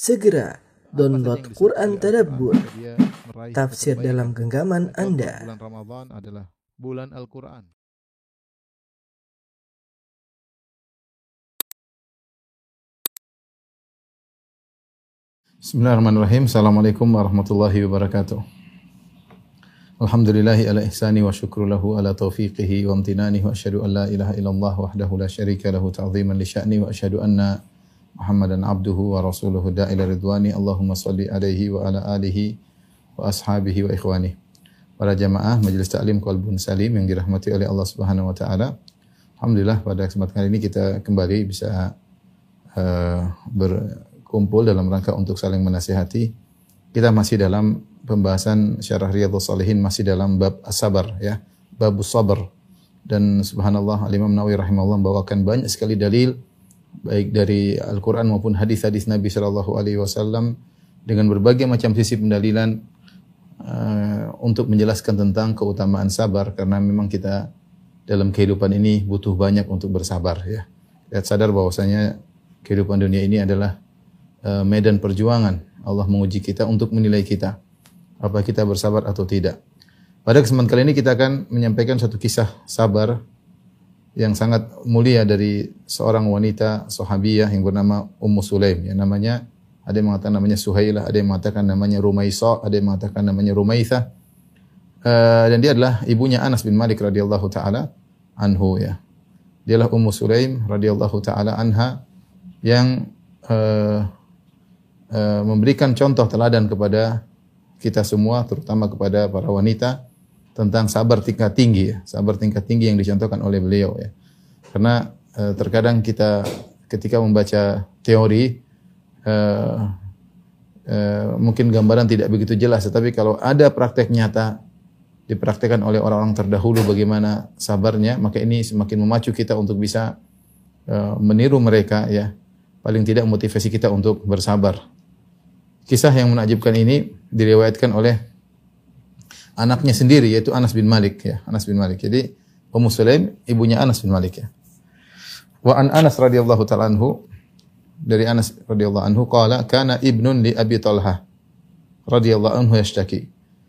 Segera download Quran Tadabbur, dia meraih tafsir kebaikan. dalam genggaman Contoh, Anda. Bulan Ramadan adalah bulan Al-Quran. Bismillahirrahmanirrahim. Assalamualaikum warahmatullahi wabarakatuh. Alhamdulillahi ala ihsani wa syukru lahu ala taufiqihi wa amtinani wa asyhadu an la ilaha illallah wahdahu la syarika lahu ta'ziman li sya'ni wa asyhadu anna Muhammadan abduhu wa rasuluhu da'ila ridwani. Allahumma salli alaihi wa ala alihi wa ashabihi wa ikhwani. Para jamaah Majelis Ta'lim Qalbun Salim yang dirahmati oleh Allah Subhanahu wa taala. Alhamdulillah pada kesempatan kali ini kita kembali bisa berkumpul dalam rangka untuk saling menasihati. Kita masih dalam pembahasan syarah Riyadhus Shalihin, masih dalam bab as-sabar ya, babus sabar. Dan subhanallah Al-Imam Nawawi rahimahullah membawakan banyak sekali dalil baik dari Al-Qur'an maupun hadis-hadis Nabi sallallahu alaihi wasallam dengan berbagai macam sisi pendalilan untuk menjelaskan tentang keutamaan sabar, karena memang kita dalam kehidupan ini butuh banyak untuk bersabar ya. Lihat sadar bahwasanya kehidupan dunia ini adalah medan perjuangan. Allah menguji kita untuk menilai kita, apa kita bersabar atau tidak. Pada kesempatan kali ini kita akan menyampaikan satu kisah sabar yang sangat mulia dari seorang wanita sahabiyah yang bernama Ummu Sulaim. Yang namanya, ada yang mengatakan namanya Suhailah, ada yang mengatakan namanya Rumaisa, ada yang mengatakan namanya Rumaitha. Dan dia adalah ibunya Anas bin Malik radhiyallahu taala anhu ya. Dialah Ummu Sulaim radhiyallahu taala anha yang memberikan contoh teladan kepada kita semua, terutama kepada para wanita, tentang sabar tingkat tinggi ya. Sabar tingkat tinggi yang dicontohkan oleh beliau ya. Karena terkadang kita ketika membaca teori mungkin gambaran tidak begitu jelas, tetapi kalau ada praktek nyata dipraktekkan oleh orang-orang terdahulu bagaimana sabarnya, maka ini semakin memacu kita untuk bisa meniru mereka ya. Paling tidak motivasi kita untuk bersabar. Kisah yang menakjubkan ini diriwayatkan oleh anaknya sendiri, yaitu Anas bin Malik ya, Anas bin Malik. Jadi Ummu Sulaim ibunya Anas bin Malik ya. Wa an Anas radhiyallahu ta'ala anhu, dari Anas radhiyallahu anhu qala kana ibnun li Abi Talha radhiyallahu anhu yashtaki.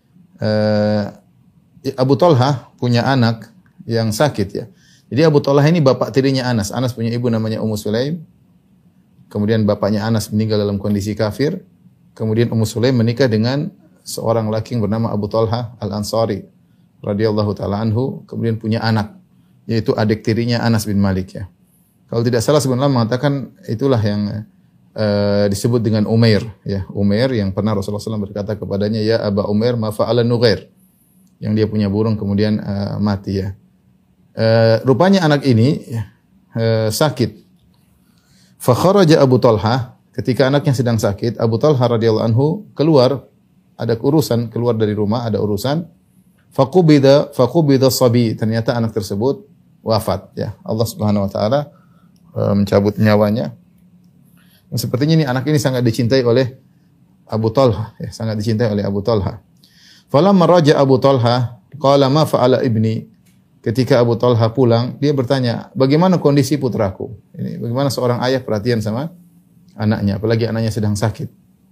Abu Talha punya anak yang sakit ya. Jadi Abu Talha ini bapak tirinya Anas. Anas punya ibu namanya Ummu Sulaim. Kemudian bapaknya Anas meninggal dalam kondisi kafir. Kemudian Ummu Sulaim menikah dengan seorang laki yang bernama Abu Talha Al-Ansari radhiyallahu taala anhu, kemudian punya anak yaitu adik tirinya Anas bin Malik ya. Kalau tidak salah sebenarnya mengatakan itulah yang disebut dengan Umair ya. Umair yang pernah Rasulullah SAW berkata kepadanya, ya Aba Umair ma fa'ala Nughair, yang dia punya burung kemudian mati ya. Rupanya anak ini sakit. Fa kharaja Abu Talha, ketika anaknya sedang sakit, Abu Talha radhiyallahu anhu keluar, ada urusan, keluar dari rumah, ada urusan. Faqubida sabi, ternyata anak tersebut wafat ya. Allah Subhanahu wa taala mencabut nyawanya. Dan sepertinya ini anak ini sangat dicintai oleh Abu Talha ya, sangat dicintai oleh Abu Talha. Falamma raja Abu Talha qala ma fa'ala ibni. Ketika Abu Talha pulang, dia bertanya, bagaimana kondisi putraku? Ini bagaimana seorang ayah perhatian sama anaknya, apalagi anaknya sedang sakit.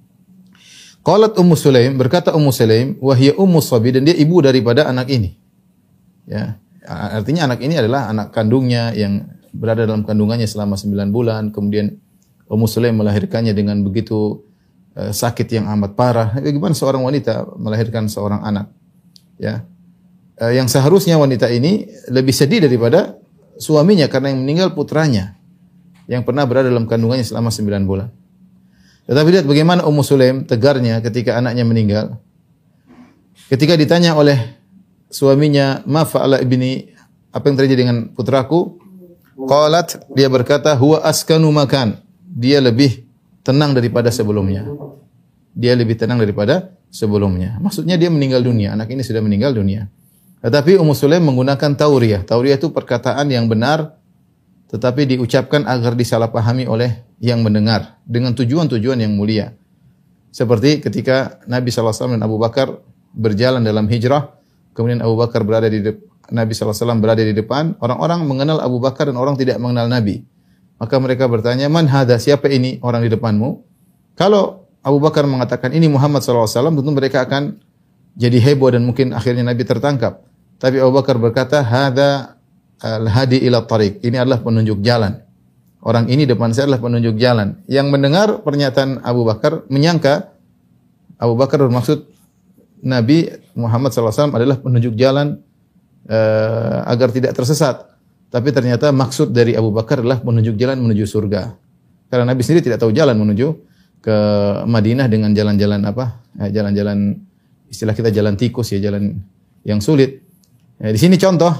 Qalat Ummu Sulaim, berkata Ummu Sulaim, wa hiya ummu sabi, dan dia ibu daripada anak ini. Ya, artinya anak ini adalah anak kandungnya yang berada dalam kandungannya selama 9 bulan, kemudian Ummu Sulaim melahirkannya dengan begitu sakit yang amat parah. Bagaimana seorang wanita melahirkan seorang anak? Ya. Yang seharusnya wanita ini lebih sedih daripada suaminya karena yang meninggal putranya yang pernah berada dalam kandungannya selama 9 bulan. Tetapi lihat bagaimana Ummu Sulaim tegarnya ketika anaknya meninggal. Ketika ditanya oleh suaminya, "Ma fa'ala ibni?" Apa yang terjadi dengan putraku? Qalat, dia berkata, "Huwa askanu makan." Dia lebih tenang daripada sebelumnya. Dia lebih tenang daripada sebelumnya. Maksudnya dia meninggal dunia, anak ini sudah meninggal dunia. Tetapi Ummu Sulaim menggunakan tauriyah. Tauriyah itu perkataan yang benar tetapi diucapkan agar disalahpahami oleh yang mendengar dengan tujuan-tujuan yang mulia. Seperti ketika Nabi SAW dan Abu Bakar berjalan dalam hijrah, kemudian Abu Bakar berada di Nabi SAW berada di depan, orang-orang mengenal Abu Bakar dan orang tidak mengenal Nabi. Maka mereka bertanya, "Man hadha? Siapa ini orang di depanmu?" Kalau Abu Bakar mengatakan ini Muhammad SAW, tentu mereka akan jadi heboh dan mungkin akhirnya Nabi tertangkap. Tapi Abu Bakar berkata, "Hadza al-hadi ila tariq." Ini adalah penunjuk jalan. Orang ini depan saya adalah penunjuk jalan. Yang mendengar pernyataan Abu Bakar menyangka Abu Bakar bermaksud Nabi Muhammad SAW adalah penunjuk jalan agar tidak tersesat. Tapi ternyata maksud dari Abu Bakar adalah menunjuk jalan menuju surga. Karena Nabi sendiri tidak tahu jalan menuju ke Madinah dengan jalan-jalan apa? Jalan-jalan istilah kita jalan tikus ya, jalan yang sulit. Di sini contoh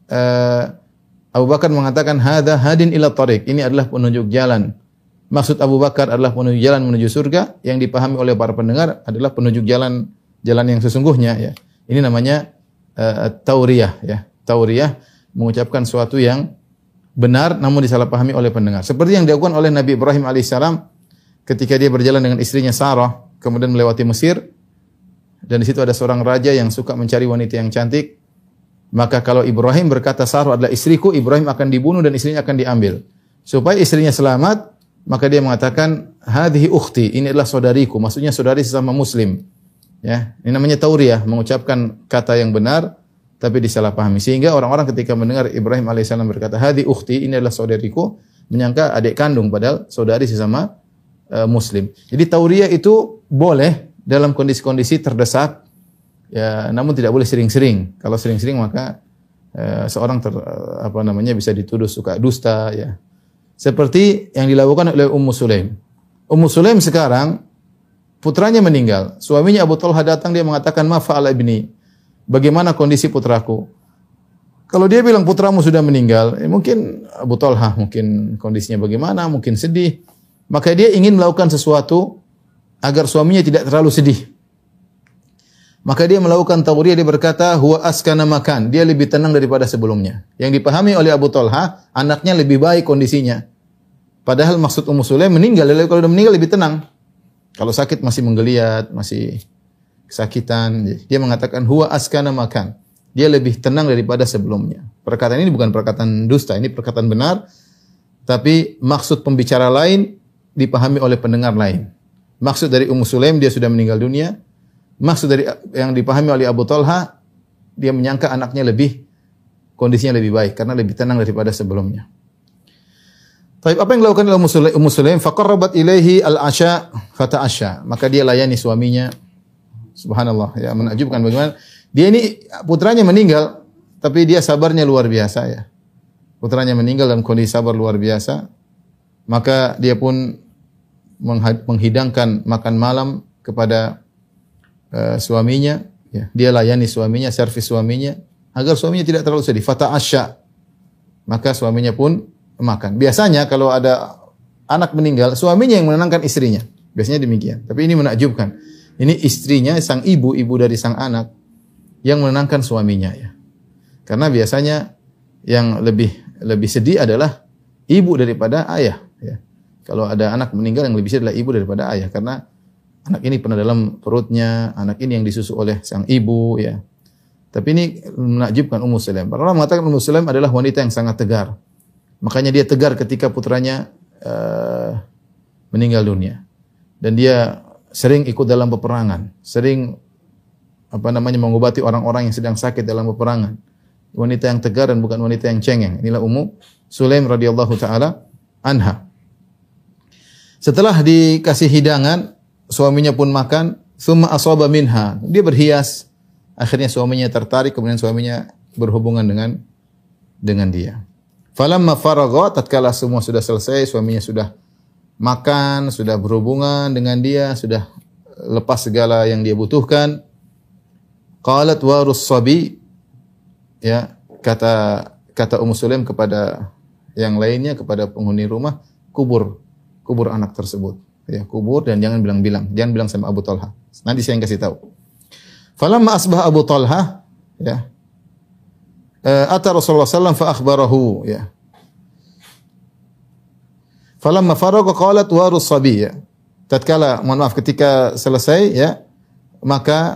Abu Bakar mengatakan hadza hadin ila tariq. Ini adalah penunjuk jalan. Maksud Abu Bakar adalah penunjuk jalan menuju surga, yang dipahami oleh para pendengar adalah penunjuk jalan yang sesungguhnya ya. Ini namanya tauriyah ya. Tauriyah mengucapkan sesuatu yang benar namun disalahpahami oleh pendengar. Seperti yang dilakukan oleh Nabi Ibrahim alaihissalam ketika dia berjalan dengan istrinya Sarah kemudian melewati Mesir, dan di situ ada seorang raja yang suka mencari wanita yang cantik. Maka kalau Ibrahim berkata Sarah adalah istriku, Ibrahim akan dibunuh dan istrinya akan diambil. Supaya istrinya selamat, maka dia mengatakan hadhihi ukhti, ini adalah saudariku, maksudnya saudari sesama muslim. Ya, ini namanya tauriyah, mengucapkan kata yang benar tapi disalahpahami. Sehingga orang-orang ketika mendengar Ibrahim alaihissalam berkata hadhihi ukhti, ini adalah saudariku, menyangka adik kandung padahal saudari sesama muslim. Jadi tauriyah itu boleh dalam kondisi-kondisi terdesak. Ya, namun tidak boleh sering-sering. Kalau sering-sering maka seorang bisa dituduh suka dusta ya. Seperti yang dilakukan oleh Ummu Sulaim. Ummu Sulaim sekarang putranya meninggal. Suaminya Abu Talha datang, dia mengatakan, "Ma fa'ala ibni?" Bagaimana kondisi putraku? Kalau dia bilang putramu sudah meninggal, mungkin Abu Talha mungkin kondisinya bagaimana, mungkin sedih. Maka dia ingin melakukan sesuatu agar suaminya tidak terlalu sedih. Maka dia melakukan tauriyah, dia berkata, huwa askana makan. Dia lebih tenang daripada sebelumnya. Yang dipahami oleh Abu Talha, anaknya lebih baik kondisinya. Padahal maksud Ummu Sulaim meninggal. Kalau sudah meninggal lebih tenang. Kalau sakit masih menggeliat, masih kesakitan. Dia mengatakan, huwa askana makan. Dia lebih tenang daripada sebelumnya. Perkataan ini bukan perkataan dusta, ini perkataan benar. Tapi maksud pembicara lain dipahami oleh pendengar lain. Maksud dari Ummu Sulaim, dia sudah meninggal dunia. Maksud dari yang dipahami oleh Abu Talha, dia menyangka anaknya kondisinya lebih baik karena lebih tenang daripada sebelumnya. Tapi apa yang dilakukan oleh Ummu Sulaim? Faqarrabat ilaihi al-asya fata'asya. Maka dia layani suaminya. Subhanallah, ya menakjubkan bagaimana dia ini putranya meninggal tapi dia sabarnya luar biasa ya. Putranya meninggal dalam kondisi sabar luar biasa. Maka dia pun menghidangkan makan malam kepada suaminya, ya. Dia layani suaminya, servis suaminya agar suaminya tidak terlalu sedih. Fata'asya. Maka suaminya pun makan. Biasanya kalau ada anak meninggal, suaminya yang menenangkan istrinya. Biasanya demikian. Tapi ini menakjubkan. Ini istrinya, sang ibu dari sang anak yang menenangkan suaminya ya. Karena biasanya yang lebih sedih adalah ibu daripada ayah ya. Kalau ada anak meninggal yang lebih sedih adalah ibu daripada ayah karena anak ini pernah dalam perutnya, anak ini yang disusu oleh sang ibu ya. Tapi ini menakjubkan Ummu Sulaim. Para ulama mengatakan Ummu Sulaim adalah wanita yang sangat tegar. Makanya dia tegar ketika putranya meninggal dunia. Dan dia sering ikut dalam peperangan, sering mengobati orang-orang yang sedang sakit dalam peperangan. Wanita yang tegar dan bukan wanita yang cengeng. Inilah Ummu Sulaim radhiyallahu taala anha. Setelah dikasih hidangan, suaminya pun makan, summa asaba minha. Dia berhias. Akhirnya suaminya tertarik, kemudian suaminya berhubungan dengan dia. Falamma faragha, tatkala semua sudah selesai, suaminya sudah makan, sudah berhubungan dengan dia, sudah lepas segala yang dia butuhkan. Qalat warus sabi, ya, kata Ummu Sulaim kepada yang lainnya, kepada penghuni rumah, kubur anak tersebut. Ya, kubur dan jangan bilang sama Abu Talha. Nanti saya yang kasih tahu. Falamma asbah Abu Talha, ya, ata Rasulullah sallallahu alaihi wasallam fa akhbarahu, ya. Falamma faragha qalat warus sabi, ya. Tatkala, ketika selesai, ya, maka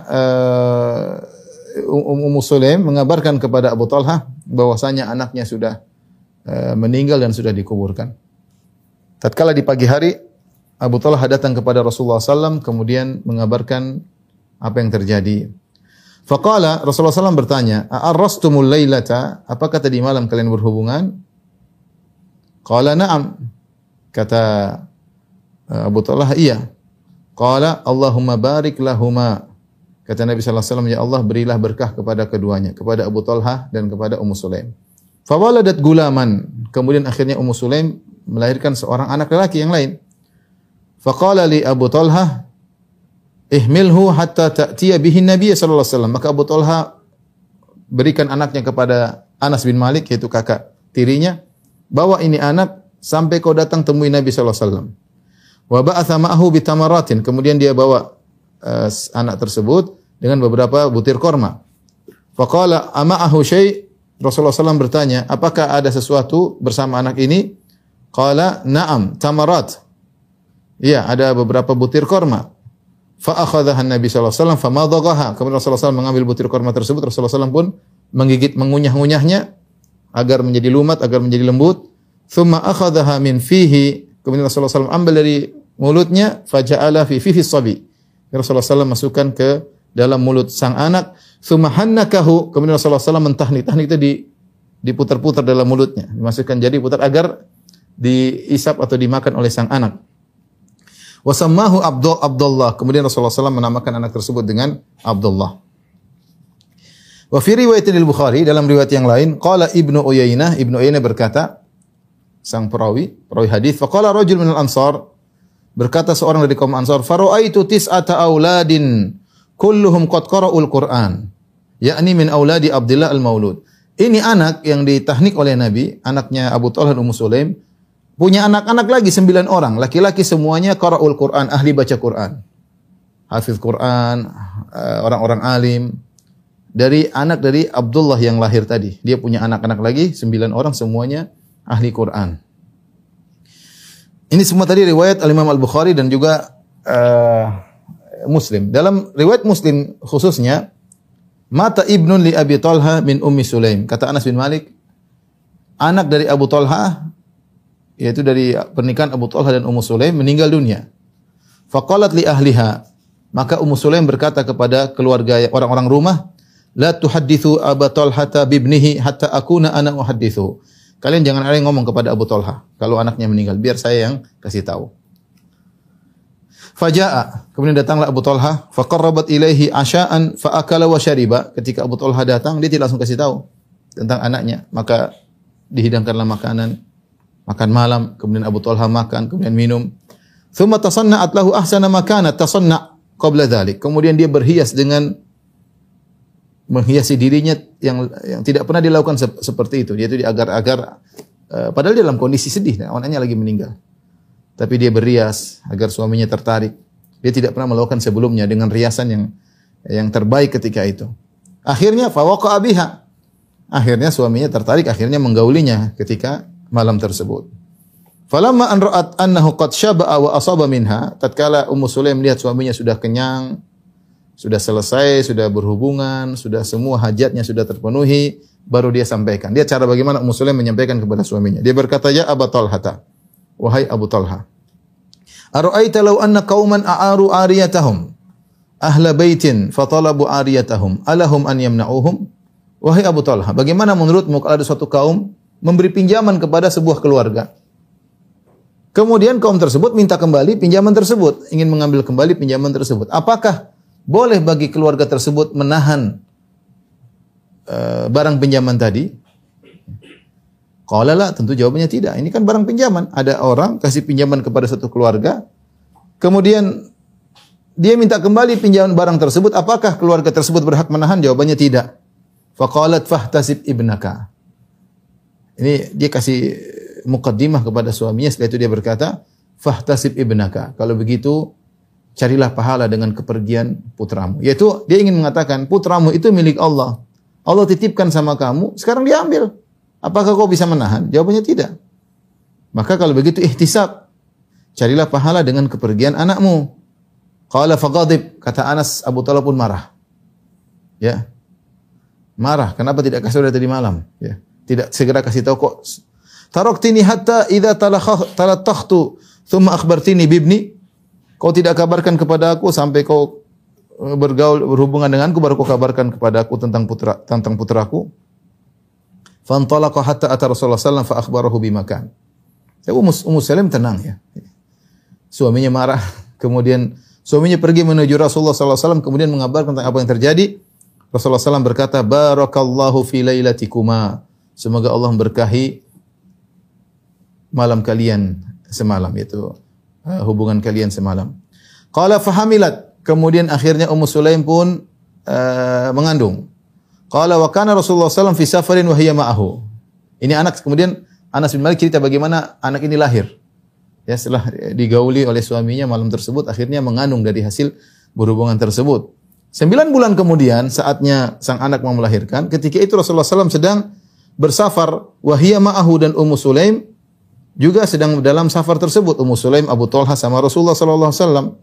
Ummu Sulaim mengabarkan kepada Abu Talha bahwasanya anaknya sudah meninggal dan sudah dikuburkan. Tatkala di pagi hari Abu Talhah datang kepada Rasulullah SAW kemudian mengabarkan apa yang terjadi. Faqala Rasulullah SAW bertanya, "A'arrastumul lailata?" Apakah tadi malam kalian berhubungan? Qala na'am. Kata Abu Talhah, iya. Qala Allahumma barik lahuma. Kata Nabi sallallahu alaihi wasallam, ya Allah berilah berkah kepada keduanya, kepada Abu Talhah dan kepada Ummu Sulaim. Fawaladat gulaman. Kemudian akhirnya Ummu Sulaim melahirkan seorang anak lelaki yang lain. Faqala li Abu Talhah, ihmilhu hatta ta'tiya bihi Nabi sallallahu alaihi wasallam. Maka Abu Talhah berikan anaknya kepada Anas bin Malik, yaitu kakak tirinya. Bawa ini anak sampai kau datang temui Nabi sallallahu alaihi wasallam. Wa ba'atha ma'ahu bitamaratin. Kemudian dia bawa anak tersebut dengan beberapa butir korma. Faqala ama'ahu syai'? Rasulullah SAW bertanya, apakah ada sesuatu bersama anak ini? Qala na'am, tamarat. Iya, ada beberapa butir korma. Fa'akhadhaha Nabi sallallahu alaihi wasallam famadaghaha. Kemudian Rasulullah SAW mengambil butir korma tersebut. Rasulullah SAW pun menggigit, mengunyah-ngunyahnya agar menjadi lumat, agar menjadi lembut. Thumma akhadhaha min fihi. Kemudian Rasulullah SAW ambil dari mulutnya, faja'ala fi fihi sabi. Rasulullah SAW masukkan ke dalam mulut sang anak. Thumma hannakahu. Kemudian Rasulullah SAW mentahnik. Tahnik itu diputar-putar dalam mulutnya. Dimasukkan jadi putar agar diisap atau dimakan oleh sang anak. Wasammahu Abdullah. Kemudian Rasulullah SAW menamakan anak tersebut dengan Abdullah. Wa fi riwayatin al-Bukhari, dalam riwayat yang lain, qala Ibnu Uyainah berkata, sang perawi hadis, faqala rajul minal ansar, berkata seorang dari kaum Ansar, "Fara'aitu tis'ata auladin kulluhum qad qara'ul Qur'an." Yakni min auladi Abdullah al-Maulud. Ini anak yang ditahnik oleh Nabi, anaknya Abu Talhah dan Ummu Sulaim, punya anak-anak lagi 9 orang, laki-laki semuanya qara'ul Qur'an, ahli baca Qur'an. Hafiz Qur'an, orang-orang alim. Dari anak dari Abdullah yang lahir tadi. Dia punya anak-anak lagi 9 orang, semuanya ahli Qur'an. Ini semua tadi riwayat Al-Imam Al-Bukhari dan juga Muslim. Dalam riwayat Muslim khususnya, mata ibnun li Abi Talha min Ummi Sulaim. Kata Anas bin Malik, anak dari Abu Talha, yaitu dari pernikahan Abu Talha dan Ummu Sulaim, meninggal dunia. Faqalat li ahliha. Maka Ummu Sulaim berkata kepada keluarga orang-orang rumah, la tuhaddithu Abu Talha bibnihi hatta akuna ana uhaddithu. Kalian jangan ada yang ngomong kepada Abu Talha kalau anaknya meninggal, biar saya yang kasih tahu. Faja'a, kemudian datanglah Abu Talha, faqarrabat ilaihi asya'an fa akala wa syariba. Ketika Abu Talha datang, dia tidak langsung kasih tahu tentang anaknya, maka dihidangkanlah makanan, makan malam, kemudian Abu Talha makan, kemudian minum. Tsumma tasanna'at lahu ahsana ma kanat tasanna' qabla dzalik. Kemudian dia berhias dengan menghiasi dirinya yang tidak pernah dilakukan seperti itu. Dia itu agar padahal dia dalam kondisi sedih, anaknya lagi meninggal. Tapi dia berrias agar suaminya tertarik. Dia tidak pernah melakukan sebelumnya dengan riasan yang terbaik ketika itu. Akhirnya fawaqa'a biha. Akhirnya suaminya tertarik, akhirnya menggaulinya ketika malam tersebut. Falamma an ra'at annahu qad syaba'a wa asaba minha, tatkala Ummu Sulaim melihat suaminya sudah kenyang, sudah selesai, sudah berhubungan, sudah semua hajatnya sudah terpenuhi, baru dia sampaikan. Dia cara bagaimana Ummu Sulaim menyampaikan kepada suaminya. Dia berkata, ya Abu Talhata, wahai Abu Talha, ara'aita law anna qauman a'aru ariyatahum ahla baitin fatalabu ariyatahum alahum an yamna'uhum. Wahai Abu Talha, bagaimana menurutmu kalau ada suatu kaum memberi pinjaman kepada sebuah keluarga, kemudian kaum tersebut minta kembali pinjaman tersebut, ingin mengambil kembali pinjaman tersebut, apakah boleh bagi keluarga tersebut menahan barang pinjaman tadi? Qala la, tentu jawabannya tidak. Ini kan barang pinjaman. Ada orang kasih pinjaman kepada satu keluarga, kemudian dia minta kembali pinjaman barang tersebut, apakah keluarga tersebut berhak menahan? Jawabannya tidak. Faqalat fahtasib ibnaka. Ini dia kasih muqaddimah kepada suaminya, setelah itu dia berkata, fahtasib ibnaka. Kalau begitu, carilah pahala dengan kepergian putramu. Yaitu dia ingin mengatakan, putramu itu milik Allah. Allah titipkan sama kamu, sekarang diambil. Apakah kau bisa menahan? Jawabannya tidak. Maka kalau begitu ihtisab. Carilah pahala dengan kepergian anakmu. Qala faghadib, kata Anas, Abu Talha pun marah. Ya. Marah, kenapa tidak kasih dari tadi malam? Ya. Tidak segera kasih tahu kok. Taraktini hatta idza talatakhtu Tsumma akhbartini bibni, kau tidak kabarkan kepada aku sampai kau berhubungan denganku, baru kau kabarkan kepada aku tentang putraku. Fantalaqa hatta ata Rasulullah sallallahu alaihi wasallam fa akhbarahu bima kan. Ummu Salim tenang ya. Suaminya marah, kemudian suaminya pergi menuju Rasulullah sallallahu alaihi wasallam, kemudian mengabarkan tentang apa yang terjadi. Rasulullah SAW berkata, barakallahu fi lailatikuma. Semoga Allah berkahi malam kalian semalam, yaitu hubungan kalian semalam. Qala fahamilat. Kemudian akhirnya Ummu Sulaim pun mengandung. Qala wa kana Rasulullah SAW fi safarin wa hiya ma'ahu. Ini anak, kemudian Anas bin Malik cerita bagaimana anak ini lahir. Ya, setelah digauli oleh suaminya malam tersebut, akhirnya mengandung dari hasil berhubungan tersebut. 9 bulan kemudian, saatnya sang anak mau melahirkan, ketika itu Rasulullah SAW sedang bersafar, wahiyya ma'ahu, dan Ummu Sulaim juga sedang dalam safar tersebut. Ummu Sulaim, Abu Talha sama Rasulullah SAW.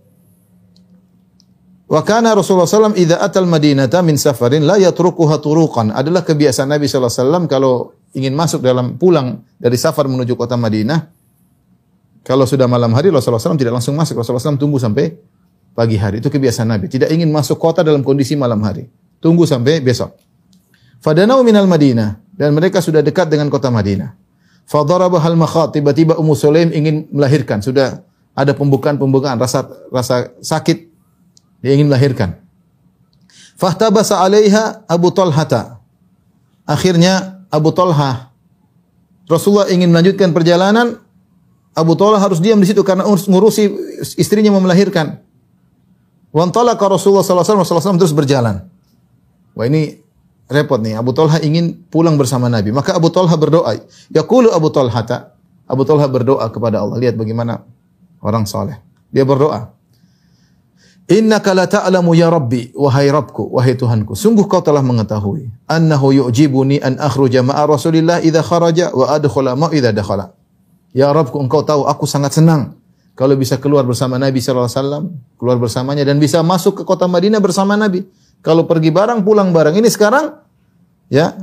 Wa kana Rasulullah SAW idza atal madinata min safarin la yatrukuha turuqan. Adalah kebiasaan Nabi SAW kalau ingin masuk pulang dari safar menuju kota Madinah, kalau sudah malam hari Rasulullah SAW tidak langsung masuk. Rasulullah SAW tunggu sampai pagi hari. Itu kebiasaan Nabi. Tidak ingin masuk kota dalam kondisi malam hari. Tunggu sampai besok. Fadanau minal Madinah. Dan mereka sudah dekat dengan kota Madinah. Fadarabahal makhat. Tiba-tiba Ummu Sulaim ingin melahirkan. Sudah ada pembukaan, rasa sakit. Dia ingin melahirkan. Fahtabasa alaiha Abu Talhata. Akhirnya Abu Talha, Rasulullah ingin melanjutkan perjalanan. Abu Talha harus diam di situ karena ngurusi istrinya mau melahirkan. Wantalaqa Rasulullah SAW terus berjalan. Wah, ini repot nih. Abu Talha ingin pulang bersama Nabi. Maka Abu Talha berdoa. Yaqulu Abu Talha berdoa kepada Allah. Lihat bagaimana orang saleh. Dia berdoa. Innaka la ta'lamu ya Rabbi, wahai Rabbku, wahai Tuhanku. Sungguh kau telah mengetahui. Annahu yu'jibuni an akhruja ma'a Rasulillah idza kharaja wa adkhula ma idza dakhala. Ya Rabbku, engkau tahu aku sangat senang kalau bisa keluar bersama Nabi sallallahu alaihi wasallam, keluar bersamanya dan bisa masuk ke kota Madinah bersama Nabi. Kalau pergi bareng, pulang bareng. Ini sekarang ya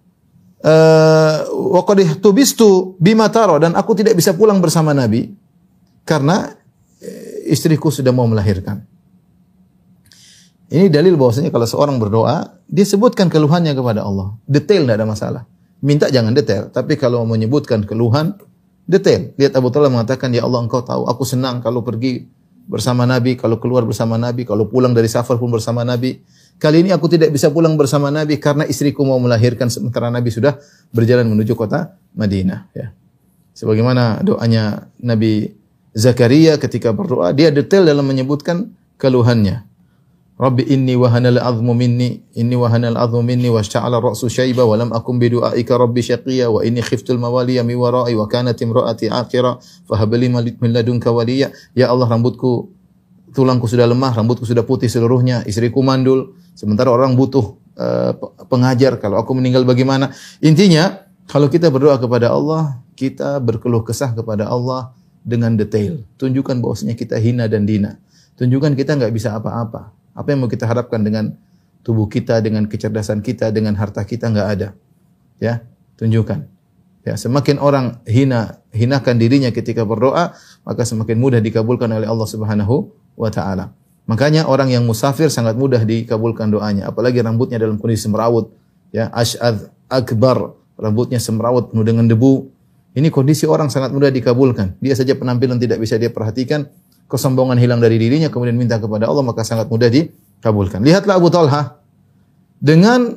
wa qad ihtubistu bima tara, dan aku tidak bisa pulang bersama Nabi karena istriku sudah mau melahirkan. Ini dalil bahwasanya kalau seorang berdoa, dia sebutkan keluhannya kepada Allah. Detail tidak ada masalah. Minta jangan detail, tapi kalau menyebutkan keluhan detail. Lihat Abu Talha mengatakan, ya Allah engkau tahu aku senang kalau pergi bersama Nabi, kalau keluar bersama Nabi, kalau pulang dari safar pun bersama Nabi. Kali ini aku tidak bisa pulang bersama Nabi karena istriku mau melahirkan sementara Nabi sudah berjalan menuju kota Madinah. Ya. Sebagaimana doanya Nabi Zakaria ketika berdoa, dia detail dalam menyebutkan keluhannya. Rabbi inni wahanal azmu minni washta'ala ra'su syaiba wa lam akum bidu'aika rabbi syaqiyya wa inni khiftul mawaliya mi wara'i wa kanat imra'ati aqira fahab li min ladunka waliya. Ya Allah, tulangku sudah lemah, rambutku sudah putih seluruhnya, istriku mandul, sementara orang butuh pengajar. Kalau aku meninggal bagaimana? Intinya, kalau kita berdoa kepada Allah, kita berkeluh kesah kepada Allah dengan detail. Tunjukkan bahwasanya kita hina dan dina. Tunjukkan kita enggak bisa apa-apa. Apa yang mau kita harapkan dengan tubuh kita, dengan kecerdasan kita, dengan harta kita, enggak ada. Ya, tunjukkan. Ya, semakin orang hinakan dirinya ketika berdoa, maka semakin mudah dikabulkan oleh Allah Subhanahu wa taala. Makanya orang yang musafir sangat mudah dikabulkan doanya, apalagi rambutnya dalam kondisi semrawut, ya, asy'ad akbar, rambutnya semrawut penuh dengan debu. Ini kondisi orang sangat mudah dikabulkan. Dia saja penampilan tidak bisa dia perhatikan, kesombongan hilang dari dirinya, kemudian minta kepada Allah, maka sangat mudah dikabulkan. Lihatlah Abu Talha dengan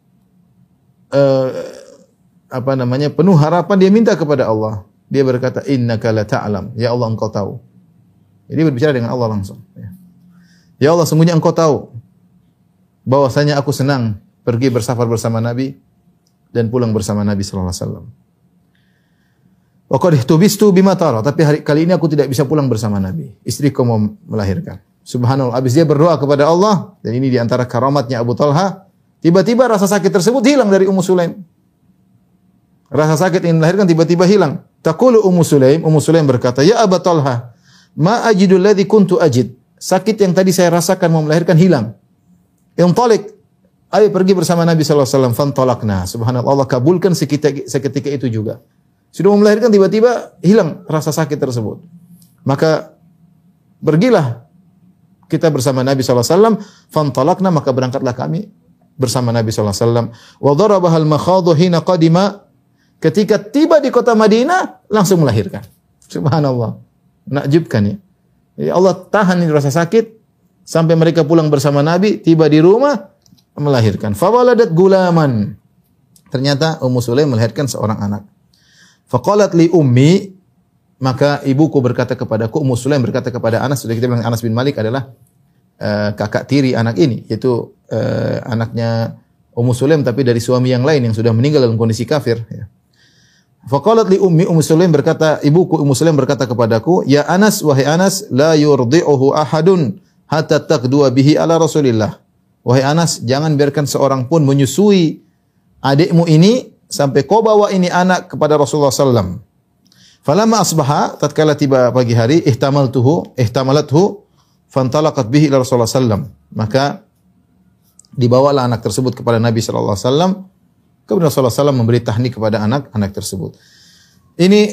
penuh harapan dia minta kepada Allah. Dia berkata, innaka la ta'lam, ya Allah engkau tahu. Jadi berbicara dengan Allah langsung. Ya Allah, sungguhnya engkau tahu bahwasanya aku senang pergi bersafar bersama Nabi dan pulang bersama Nabi sallallahu alaihi wasallam. Wa qad ihtubistu bima tara, tapi kali ini aku tidak bisa pulang bersama Nabi. Istriku mau melahirkan. Subhanallah, habis dia berdoa kepada Allah, dan ini di antara karamatnya Abu Talha, tiba-tiba rasa sakit tersebut hilang dari Ummu Sulaim. Rasa sakit ingin melahirkan tiba-tiba hilang. Taqulu Ummu Sulaim berkata, "Ya Abu Talha, ma ajidu alladhi kuntu ajid." Sakit yang tadi saya rasakan mau melahirkan hilang. Intalik, ayo pergi bersama Nabi sallallahu alaihi wasallam. Fantalaqna. Subhanallah, Allah kabulkan seketika itu juga. Sudah mau melahirkan tiba-tiba hilang rasa sakit tersebut. Maka pergilah kita bersama Nabi SAW, fantalaqna, maka berangkatlah kami bersama Nabi SAW. Wa darabahal makhadhu hina qadima, ketika tiba di kota Madinah langsung melahirkan. Subhanallah. Menakjubkan ya. Ya Allah tahan ini rasa sakit sampai mereka pulang bersama Nabi, tiba di rumah melahirkan. Fawaladat gulaman. Ternyata Ummu Sulaim melahirkan seorang anak. Faqalat li ummi, maka ibuku berkata kepadaku, Ummu Sulaim berkata kepada Anas, sudah kita bilang Anas bin Malik adalah kakak tiri anak ini, yaitu anaknya Ummu Sulaim tapi dari suami yang lain yang sudah meninggal dalam kondisi kafir ya. Faqalat li ummi, Ummu Sulaim berkata, ibuku Ummu Sulaim berkata kepadaku, ya Anas, wahai Anas, la yurdi'uhu ahadun hatta taqdua bihi ala Rasulillah. Wahai Anas, jangan biarkan seorang pun menyusui adikmu ini sampai kau bawa ini anak kepada Rasulullah sallam. Falamma asbaha, tatkala tiba pagi hari, ihtamalathu fantalaqat bihi ila Rasulullah sallam. Maka dibawalah anak tersebut kepada Nabi sallallahu alaihi wasallam. Kemudian Rasulullah SAW memberi tahnik kepada anak-anak tersebut. Ini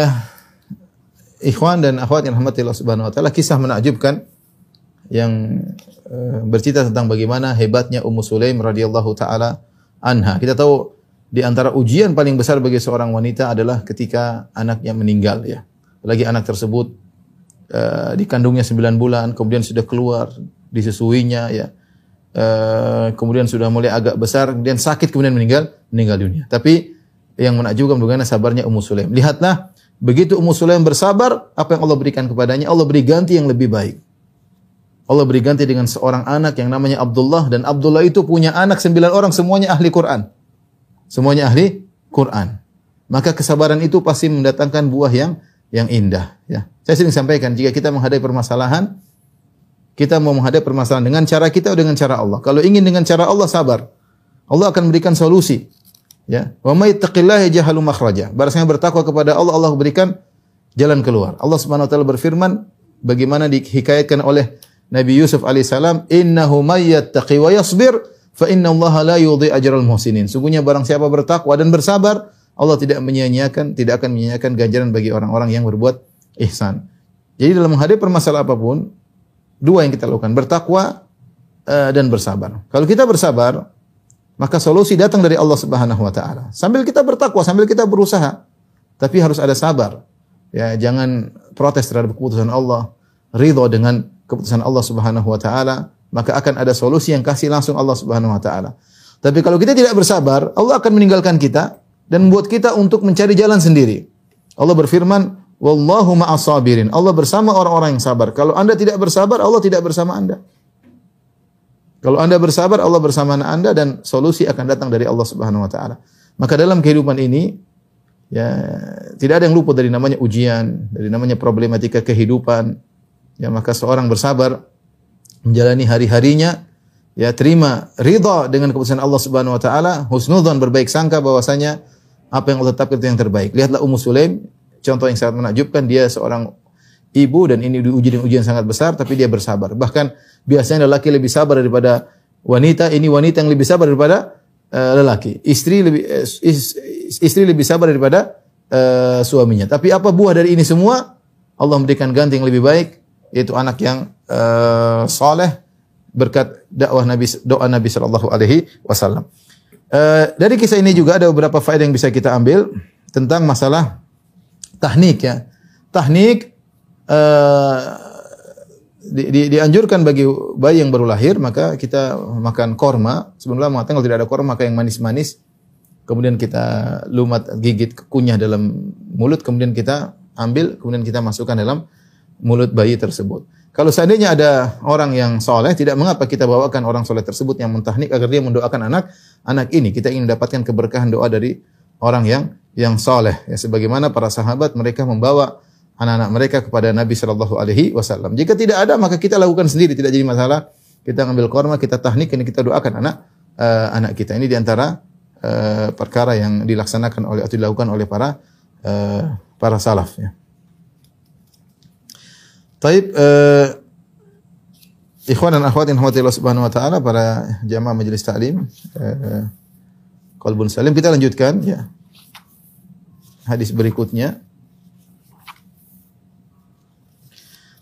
ikhwan dan akhwat yang rahmati Allah Subhanahu wa taala, kisah menakjubkan yang bercerita tentang bagaimana hebatnya Ummu Sulaim radhiyallahu taala anha. Kita tahu di antara ujian paling besar bagi seorang wanita adalah ketika anaknya meninggal ya. Apalagi anak tersebut dikandungnya 9 bulan, kemudian sudah keluar, disusuinya ya. Kemudian sudah mulai agak besar, kemudian sakit, kemudian meninggal dunia. Tapi yang menakjubkan bagaimana sabarnya Ummu Sulaim. Lihatlah, begitu Ummu Sulaim bersabar, apa yang Allah berikan kepadanya, Allah beri ganti yang lebih baik. Allah beri ganti dengan seorang anak yang namanya Abdullah, dan Abdullah itu punya anak 9 orang, semuanya ahli Quran. Semuanya ahli Quran. Maka kesabaran itu pasti mendatangkan buah yang indah ya. Saya sering sampaikan, jika kita menghadapi permasalahan, kita mau menghadapi permasalahan dengan cara kita atau dengan cara Allah. Kalau ingin dengan cara Allah, sabar. Allah akan berikan solusi. Ya. Wa may yattaqillaha yaj'al makhraja. Barang siapa bertakwa kepada Allah, Allah berikan jalan keluar. Allah Subhanahu wa taala berfirman bagaimana dihikayatkan oleh Nabi Yusuf alaihissalam, "Innahu may yattaqi wa yasbir fa innallaha la yudhi ajral muhsinin." Sungguhnya barang siapa bertakwa dan bersabar, Allah tidak akan menyia-nyiakan ganjaran bagi orang-orang yang berbuat ihsan. Jadi dalam menghadapi permasalahan apapun, dua yang kita lakukan, bertakwa dan bersabar. Kalau kita bersabar, maka solusi datang dari Allah Subhanahu wa taala. Sambil kita bertakwa, sambil kita berusaha. Tapi harus ada sabar. Ya, jangan protes terhadap keputusan Allah, ridha dengan keputusan Allah Subhanahu wa taala, maka akan ada solusi yang kasih langsung Allah Subhanahu wa taala. Tapi kalau kita tidak bersabar, Allah akan meninggalkan kita dan membuat kita untuk mencari jalan sendiri. Allah berfirman, wallahu ma'as sabirin. Allah bersama orang-orang yang sabar. Kalau Anda tidak bersabar, Allah tidak bersama Anda. Kalau Anda bersabar, Allah bersama Anda dan solusi akan datang dari Allah Subhanahu wa taala. Maka dalam kehidupan ini ya tidak ada yang luput dari namanya ujian, dari namanya problematika kehidupan. Ya, maka seorang bersabar menjalani hari-harinya, ya terima ridha dengan keputusan Allah Subhanahu wa taala, husnudzon, berbaik sangka bahwasanya apa yang Allah tetapkan itu yang terbaik. Lihatlah Ummu Sulaim, contoh yang sangat menakjubkan. Dia seorang ibu dan ini diuji dengan ujian sangat besar, tapi dia bersabar. Bahkan biasanya lelaki lebih sabar daripada wanita. Ini wanita yang lebih sabar daripada lelaki. Istri lebih sabar daripada suaminya. Tapi apa buah dari ini semua? Allah memberikan ganti yang lebih baik, yaitu anak yang saleh berkat doa Nabi sallallahu alaihi wasallam. Dari kisah ini juga ada beberapa faedah yang bisa kita ambil tentang masalah tahnik ya. Tahnik dianjurkan bagi bayi yang baru lahir, maka kita makan korma. Sebelumnya mengatakan kalau tidak ada korma, maka yang manis-manis. Kemudian kita lumat, gigit, kunyah dalam mulut, kemudian kita ambil, kemudian kita masukkan dalam mulut bayi tersebut. Kalau seandainya ada orang yang soleh, tidak mengapa kita bawakan orang soleh tersebut yang mentahnik agar dia mendoakan anak ini. Kita ingin mendapatkan keberkahan doa dari orang yang soleh. Ya, sebagaimana para sahabat mereka membawa anak-anak mereka kepada Nabi Shallallahu Alaihi Wasallam. Jika tidak ada, maka kita lakukan sendiri, tidak jadi masalah. Kita ngambil korma, kita tahnik, ini kita doakan anak kita. Ini diantara perkara yang dilaksanakan atau dilakukan oleh para salaf. Ya. Taib, ikhwan dan akhwat yang rahmati Allah Subhanahu wa taala, para jamaah majelis taklim, qalbun salim, kita lanjutkan ya. Hadis berikutnya.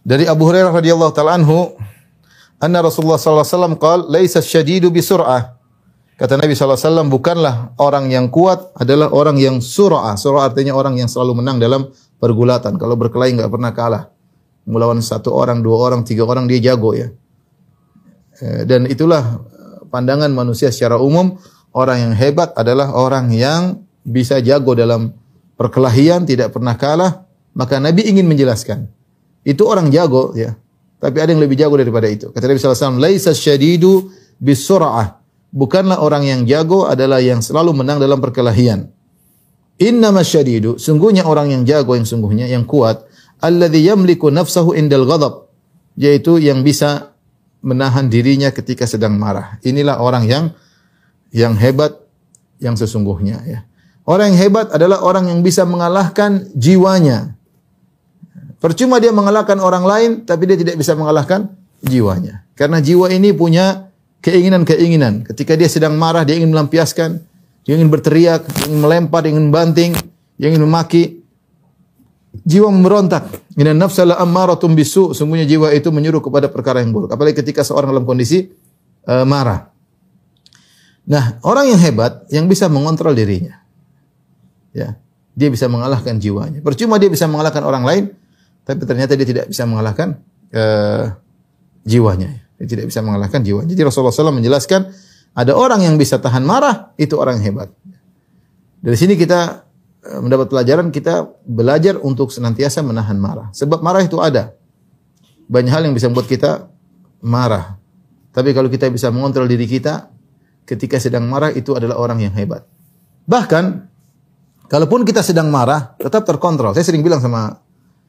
Dari Abu Hurairah radhiyallahu taala anhu, anna Rasulullah sallallahu alaihi wasallam qala, "Laisa syadidu bisur'ah." Kata Nabi sallallahu alaihi wasallam, bukanlah orang yang kuat adalah orang yang sur'ah. Sur'ah artinya orang yang selalu menang dalam pergulatan. Kalau berkelahi enggak pernah kalah. Melawan 1 orang, 2 orang, 3 orang dia jago ya. Dan itulah pandangan manusia secara umum, orang yang hebat adalah orang yang bisa jago dalam perkelahian, tidak pernah kalah. Maka Nabi ingin menjelaskan, itu orang jago ya. Tapi ada yang lebih jago daripada itu. Kata Nabi sallallahu alaihi wasallam, "Laisa syadidu bisur'ah." Bukanlah orang yang jago adalah yang selalu menang dalam perkelahian. Innamas syadidu, sungguhnya orang yang jago yang sungguhnya yang kuat, alladzi yamliku nafsahu indal ghadab, yaitu yang bisa menahan dirinya ketika sedang marah. Inilah orang yang hebat yang sesungguhnya ya. Orang yang hebat adalah orang yang bisa mengalahkan jiwanya. Percuma dia mengalahkan orang lain, tapi dia tidak bisa mengalahkan jiwanya. Karena jiwa ini punya keinginan-keinginan. Ketika dia sedang marah, dia ingin melampiaskan, dia ingin berteriak, dia ingin melempar, dia ingin banting, dia ingin memaki. Jiwa memberontak. Inna nafsa la ammaratun bisu. Sungguhnya jiwa itu menyuruh kepada perkara yang buruk. Apalagi ketika seorang dalam kondisi marah. Nah, orang yang hebat, yang bisa mengontrol dirinya. Ya, dia bisa mengalahkan jiwanya. Percuma dia bisa mengalahkan orang lain, tapi ternyata dia tidak bisa mengalahkan jiwanya. Dia tidak bisa mengalahkan jiwanya. Jadi Rasulullah SAW menjelaskan, ada orang yang bisa tahan marah, itu orang yang hebat. Dari sini kita mendapat pelajaran, kita belajar untuk senantiasa menahan marah. Sebab marah itu ada. Banyak hal yang bisa membuat kita marah. Tapi kalau kita bisa mengontrol diri kita, ketika sedang marah, itu adalah orang yang hebat. Bahkan, kalaupun kita sedang marah, tetap terkontrol. Saya sering bilang sama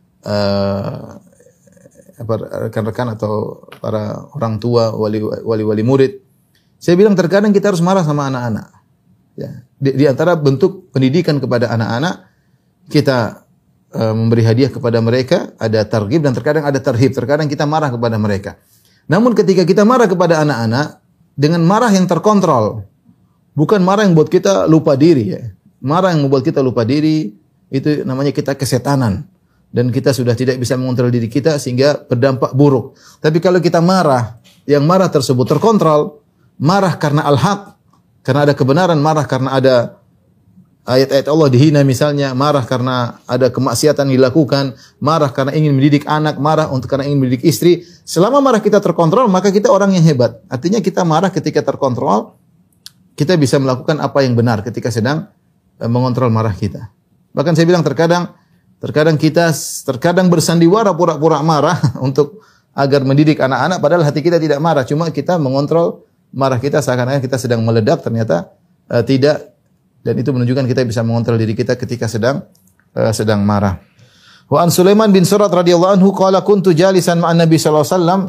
rekan-rekan atau para orang tua, wali murid. Saya bilang terkadang kita harus marah sama anak-anak. Ya. Di antara bentuk pendidikan kepada anak-anak, kita memberi hadiah kepada mereka, ada targhib dan terkadang ada tarhib. Terkadang kita marah kepada mereka. Namun ketika kita marah kepada anak-anak, dengan marah yang terkontrol. Bukan marah yang membuat kita lupa diri. Ya. Marah yang membuat kita lupa diri, itu namanya kita kesetanan. Dan kita sudah tidak bisa mengontrol diri kita sehingga berdampak buruk. Tapi kalau kita marah, yang marah tersebut terkontrol, marah karena al-haq, karena ada kebenaran, marah karena ada ayat-ayat Allah dihina misalnya, marah karena ada kemaksiatan dilakukan, marah karena ingin mendidik anak, marah karena ingin mendidik istri. Selama marah kita terkontrol, maka kita orang yang hebat. Artinya kita marah ketika terkontrol, kita bisa melakukan apa yang benar ketika sedang mengontrol marah kita. Bahkan saya bilang terkadang kita bersandiwara pura-pura marah untuk agar mendidik anak-anak padahal hati kita tidak marah, cuma kita mengontrol marah kita seakan-akan kita sedang meledak, ternyata tidak, dan itu menunjukkan kita bisa mengontrol diri kita ketika sedang marah. Wa an Sulaiman bin Surat radhiyallahu anhu qala kuntu jalisan ma'an Nabi sallallahu alaihi wasallam.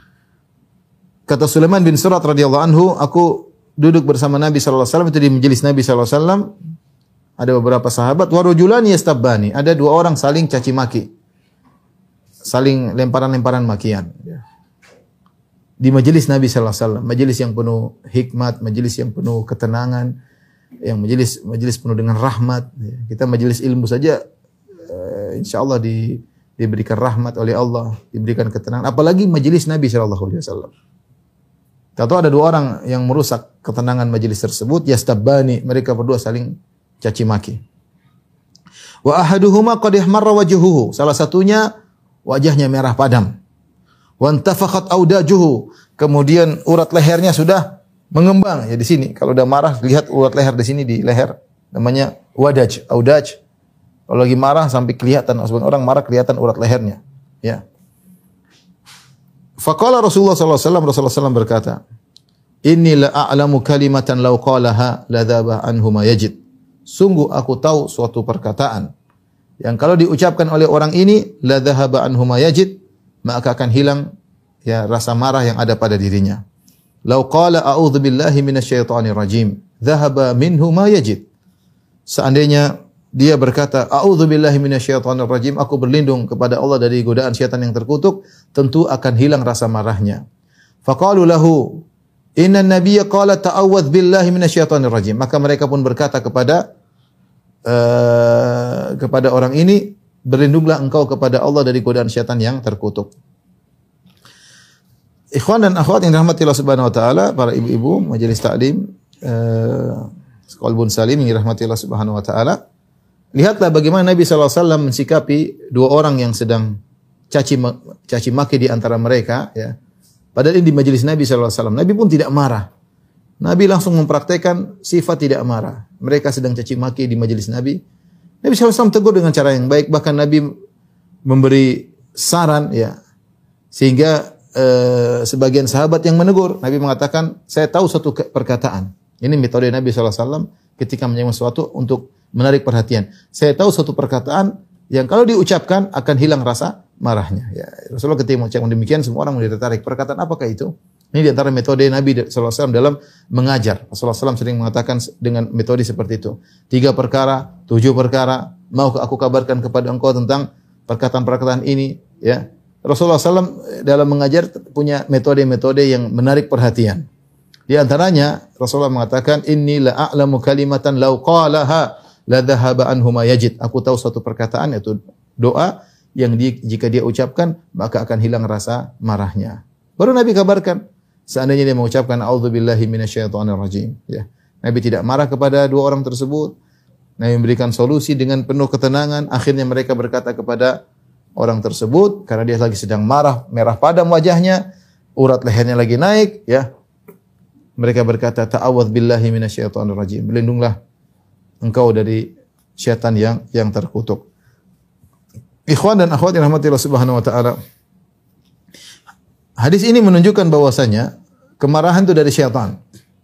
Kata Sulaiman bin Surat radhiyallahu anhu, aku duduk bersama Nabi sallallahu alaihi wasallam, itu di majelis Nabi sallallahu alaihi wasallam. Ada beberapa sahabat, warujulani yastabbani, ada 2 orang saling caci maki. Saling lemparan-lemparan makian. Di majelis Nabi sallallahu alaihi wasallam, majelis yang penuh hikmat, majelis yang penuh ketenangan, yang majelis penuh dengan rahmat. Kita majelis ilmu saja insyaallah diberikan rahmat oleh Allah, diberikan ketenangan, apalagi majelis Nabi sallallahu alaihi wasallam. Tahu ada 2 orang yang merusak ketenangan majelis tersebut, yastabbani, mereka berdua saling caci maki. Wa ahaduhuma qad ihmarra wajhuhu, salah satunya wajahnya merah padam. Wa antafakhat audajuhu, kemudian urat lehernya sudah mengembang. Ya di sini kalau udah marah lihat urat leher di sini, di leher, namanya wadaj, audaj. Kalau lagi marah sampai kelihatan, orang marah kelihatan urat lehernya, ya. Faqala Rasulullah sallallahu alaihi wasallam, Rasulullah sallallahu berkata, "Inni la a'lamu kalimatan law qalaha la dhaba anhu ma yajid." Sungguh aku tahu suatu perkataan yang kalau diucapkan oleh orang ini la dhahaba anhu ma yajid, maka akan hilang ya rasa marah yang ada pada dirinya. Lau qala a'udzu billahi minasyaitonir rajim, dhahaba minhu ma yajid. Seandainya dia berkata a'udzu billahi minasyaitonir rajim, aku berlindung kepada Allah dari godaan syaitan yang terkutuk, tentu akan hilang rasa marahnya. Faqalu lahu inna nabiyya qala ta'awwadz billahi minasyaitonir rajim. Maka mereka pun berkata kepada orang ini, berlindunglah engkau kepada Allah dari godaan syaitan yang terkutuk. Ikhwan dan akhwat yang dirahmati Allah Subhanahu wa taala, para ibu-ibu majelis taklim Qalbun Salim yang dirahmati Allah Subhanahu wa taala. Lihatlah bagaimana Nabi sallallahu alaihi wasallam mensikapi dua orang yang sedang caci maki di antara mereka, ya. Padahal ini di majelis Nabi sallallahu alaihi wasallam. Nabi pun tidak marah. Nabi langsung mempraktekkan sifat tidak marah. Mereka sedang caci maki di majelis Nabi. Nabi sallallahu alaihi wasallam tegur dengan cara yang baik, bahkan Nabi memberi saran, ya. Sehingga sebagian sahabat yang menegur, Nabi mengatakan, "Saya tahu satu perkataan." Ini metode Nabi sallallahu alaihi wasallam ketika menyampaikan sesuatu untuk menarik perhatian. Saya tahu suatu perkataan yang kalau diucapkan akan hilang rasa marahnya. Ya, Rasulullah ketika mengucapkan demikian, semua orang menjadi tertarik. Perkataan apakah itu? Ini di antara metode Nabi sallallahu alaihi wasallam dalam mengajar. Rasulullah SAW sering mengatakan dengan metode seperti itu. 3 perkara, 7 perkara, mau aku kabarkan kepada engkau tentang perkataan-perkataan ini, ya. Rasulullah SAW dalam mengajar punya metode-metode yang menarik perhatian. Di antaranya Rasulullah mengatakan, "Inni la a'lamu kalimatan law qalaha la dhahaba anhu ma yajid." Aku tahu suatu perkataan, yaitu doa yang jika dia ucapkan maka akan hilang rasa marahnya. Baru Nabi kabarkan seandainya dia mengucapkan a'udzubillahi minasyaitonir rajim, ya. Nabi tidak marah kepada dua orang tersebut. Nabi memberikan solusi dengan penuh ketenangan. Akhirnya mereka berkata kepada orang tersebut karena dia lagi sedang marah, merah padam wajahnya, urat lehernya lagi naik, ya. Mereka berkata, "Ta'awwadz billahi minasyaitonir rajim." Berlindunglah engkau dari syaitan yang terkutuk. Ikhwan dan akhwat yang rahmati Allah Subhanahu wa taala. Hadis ini menunjukkan bahwasanya kemarahan itu dari syaitan.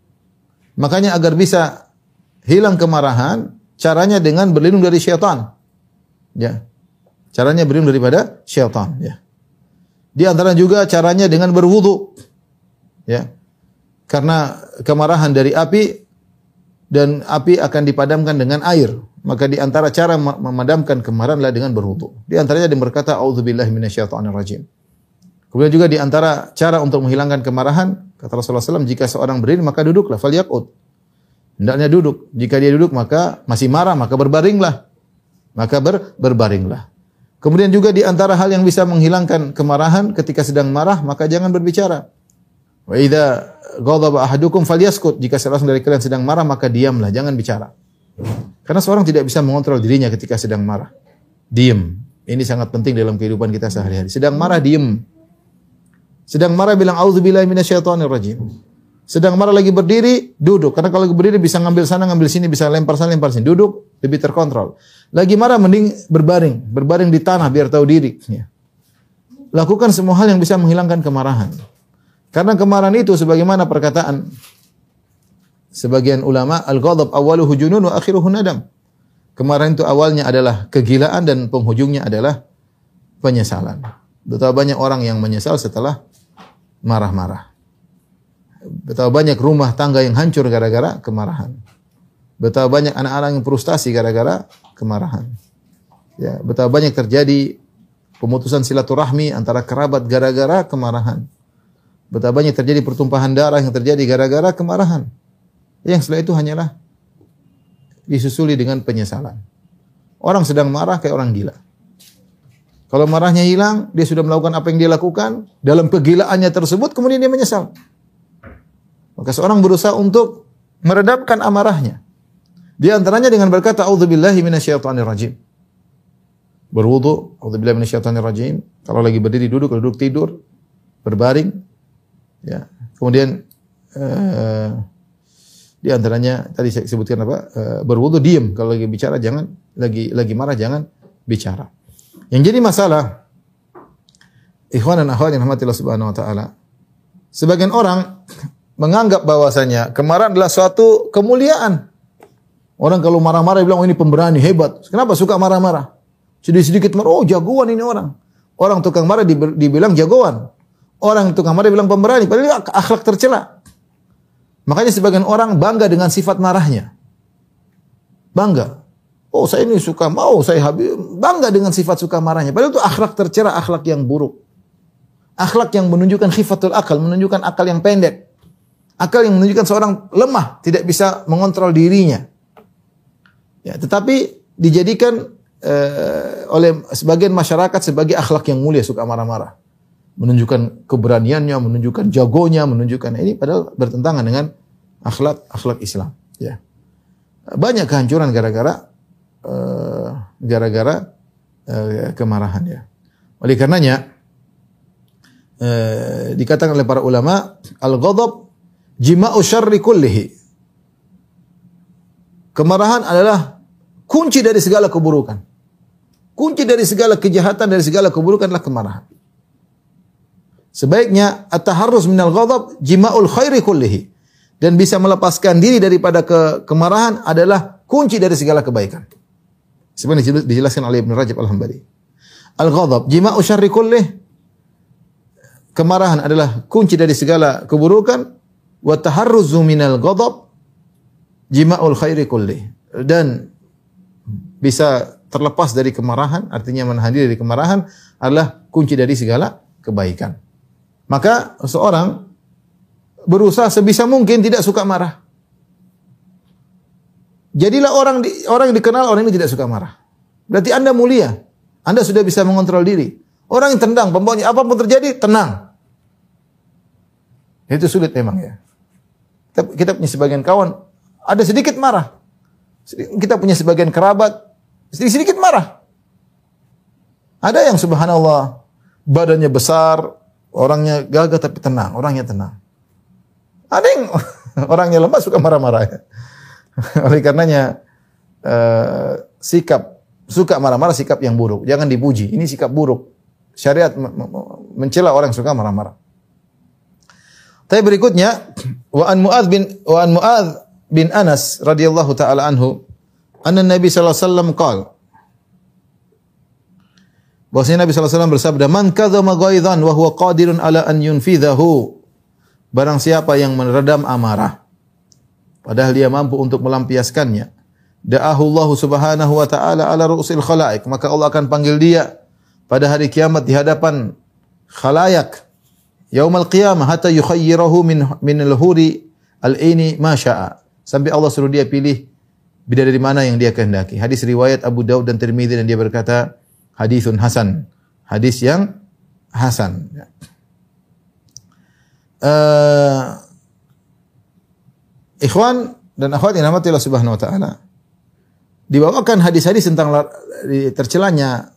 Makanya agar bisa hilang kemarahan, caranya dengan berlindung dari syaitan. Ya. Caranya berlindung daripada syaitan, ya. Di antara juga caranya dengan berwudu. Ya. Karena kemarahan dari api dan api akan dipadamkan dengan air. Maka di antara cara memadamkan kemarahan adalah dengan berwudu. Di antaranya dia berkata a'udzubillahi minasyaitonir rajim. Kemudian juga di antara cara untuk menghilangkan kemarahan, kata Rasulullah SAW, jika seorang berdiri maka duduklah, falyaqud. Hendaknya duduk. Jika dia duduk maka masih marah, maka berbaringlah. Maka berbaringlah. Kemudian juga di antara hal yang bisa menghilangkan kemarahan ketika sedang marah, maka jangan berbicara. Wa idza ghadaba ahadukum falyaskut. Jika salah seorang dari kalian sedang marah, maka diamlah, jangan bicara. Karena seorang tidak bisa mengontrol dirinya ketika sedang marah. Diam. Ini sangat penting dalam kehidupan kita sehari-hari. Sedang marah, diam. Sedang marah bilang auzubillahi minasyaitonir rajim. Sedang marah lagi berdiri, duduk. Karena kalau lagi berdiri bisa ngambil sana, ngambil sini, bisa lempar sana, lempar sini. Duduk, lebih terkontrol. Lagi marah mending berbaring. Berbaring di tanah biar tahu diri. Ya. Lakukan semua hal yang bisa menghilangkan kemarahan. Karena kemarahan itu sebagaimana perkataan sebagian ulama, al-ghadab awaluhu junun wa akhiruhu nadam. Kemarahan itu awalnya adalah kegilaan dan penghujungnya adalah penyesalan. Betapa banyak orang yang menyesal setelah marah-marah. Betapa banyak rumah tangga yang hancur gara-gara kemarahan. Betapa banyak anak-anak yang frustasi gara-gara kemarahan. Ya, betapa banyak terjadi pemutusan silaturahmi antara kerabat gara-gara kemarahan. Betapa banyak terjadi pertumpahan darah yang terjadi gara-gara kemarahan. Yang setelah itu hanyalah disusuli dengan penyesalan. Orang sedang marah kayak orang gila. Kalau marahnya hilang, dia sudah melakukan apa yang dia lakukan, dalam kegilaannya tersebut, kemudian dia menyesal. Maka seorang berusaha untuk meredamkan amarahnya. Di antaranya dengan berkata, "A'udzubillahi minasyaitonir rajim." Berwudu, "A'udzubillahi minasyaitonir rajim." Kalau lagi berdiri, duduk, duduk tidur, berbaring. Ya. Kemudian di antaranya tadi saya sebutkan apa? Berwudu, diam. Kalau lagi bicara jangan, lagi marah jangan bicara. Yang jadi masalah, ikhwan dan akhwat yang rahmati Allah Subhanahu wa taala, sebagian orang menganggap bahwasanya kemarahan adalah suatu kemuliaan. Orang kalau marah-marah bilang, "Oh, ini pemberani, hebat." Kenapa suka marah-marah? Sedikit-sedikit marah, "Oh, jagoan ini orang." Orang tukang marah dibilang jagoan. Orang tukang marah dibilang pemberani, padahal akhlak tercela. Makanya sebagian orang bangga dengan sifat marahnya. Bangga. "Oh, saya ini suka mau, saya habis." Bangga dengan sifat suka marahnya. Padahal itu akhlak tercela, akhlak yang buruk. Akhlak yang menunjukkan khifatul akal, menunjukkan akal yang pendek. Akal yang menunjukkan seorang lemah, tidak bisa mengontrol dirinya. Ya, tetapi dijadikan oleh sebagian masyarakat sebagai akhlak yang mulia, suka marah-marah. Menunjukkan keberaniannya, menunjukkan jagonya, menunjukkan ini padahal bertentangan dengan akhlak Islam, ya. Banyak kehancuran gara-gara kemarahan, ya. Oleh karenanya dikatakan oleh para ulama, al-ghadab jima'u syarri kullihi. Kemarahan adalah kunci dari segala keburukan. Kunci dari segala kejahatan, dari segala keburukan adalah kemarahan. Sebaiknya at-taharruz minal ghadab jima'ul khairi kullihi. Dan bisa melepaskan diri daripada kemarahan adalah kunci dari segala kebaikan. Sebenarnya dijelaskan oleh Ibnu Rajab Al-Hambali. Al-ghadab jima'u syarri kullih. Kemarahan adalah kunci dari segala keburukan. Wa taharruzu minal ghadab jima'ul khairi kullih. Dan bisa terlepas dari kemarahan, artinya menahan diri dari kemarahan adalah kunci dari segala kebaikan. Maka seorang berusaha sebisa mungkin tidak suka marah. Jadilah orang yang dikenal orang ini tidak suka marah. Berarti Anda mulia. Anda sudah bisa mengontrol diri. Orang yang tendang, pembawanya apapun terjadi, tenang. Itu sulit memang, ya. Kita punya sebagian kawan ada sedikit marah. Kita punya sebagian kerabat sedikit marah. Ada yang subhanallah badannya besar, orangnya gagah tapi tenang, orangnya tenang. Ada yang orangnya lemah suka marah-marah. Oleh karenanya sikap suka marah-marah sikap yang buruk, jangan dipuji. Ini sikap buruk. Syariat mencela orang yang suka marah-marah. Tapi berikutnya wa an Muadz bin Anas radhiyallahu taala anhu anna Nabi sallallahu alaihi wasallam qala bahwasanya Nabi sallallahu alaihi wasallam bersabda man kadzama ghaidhan wa huwa qadirun ala an yunfidhahu barang siapa yang meredam amarah padahal dia mampu untuk melampiaskannya da'ahu Allah subhanahu wa ta'ala ala ru'usil khalaik maka Allah akan panggil dia pada hari kiamat di hadapan khalayak yaumal qiyamah hatta yukhayyirahu min al-huri al-aini ma syaa sampai Allah suruh dia pilih bidadari mana yang dia kehendaki. Hadis riwayat Abu Daud dan Tirmidzi dan dia berkata hadisun hasan. Hadis yang hasan. Ikhwan dan akhwat yang dirahmati Allah Subhanahu wa taala. Dibawakan hadis-hadis tentang tercelanya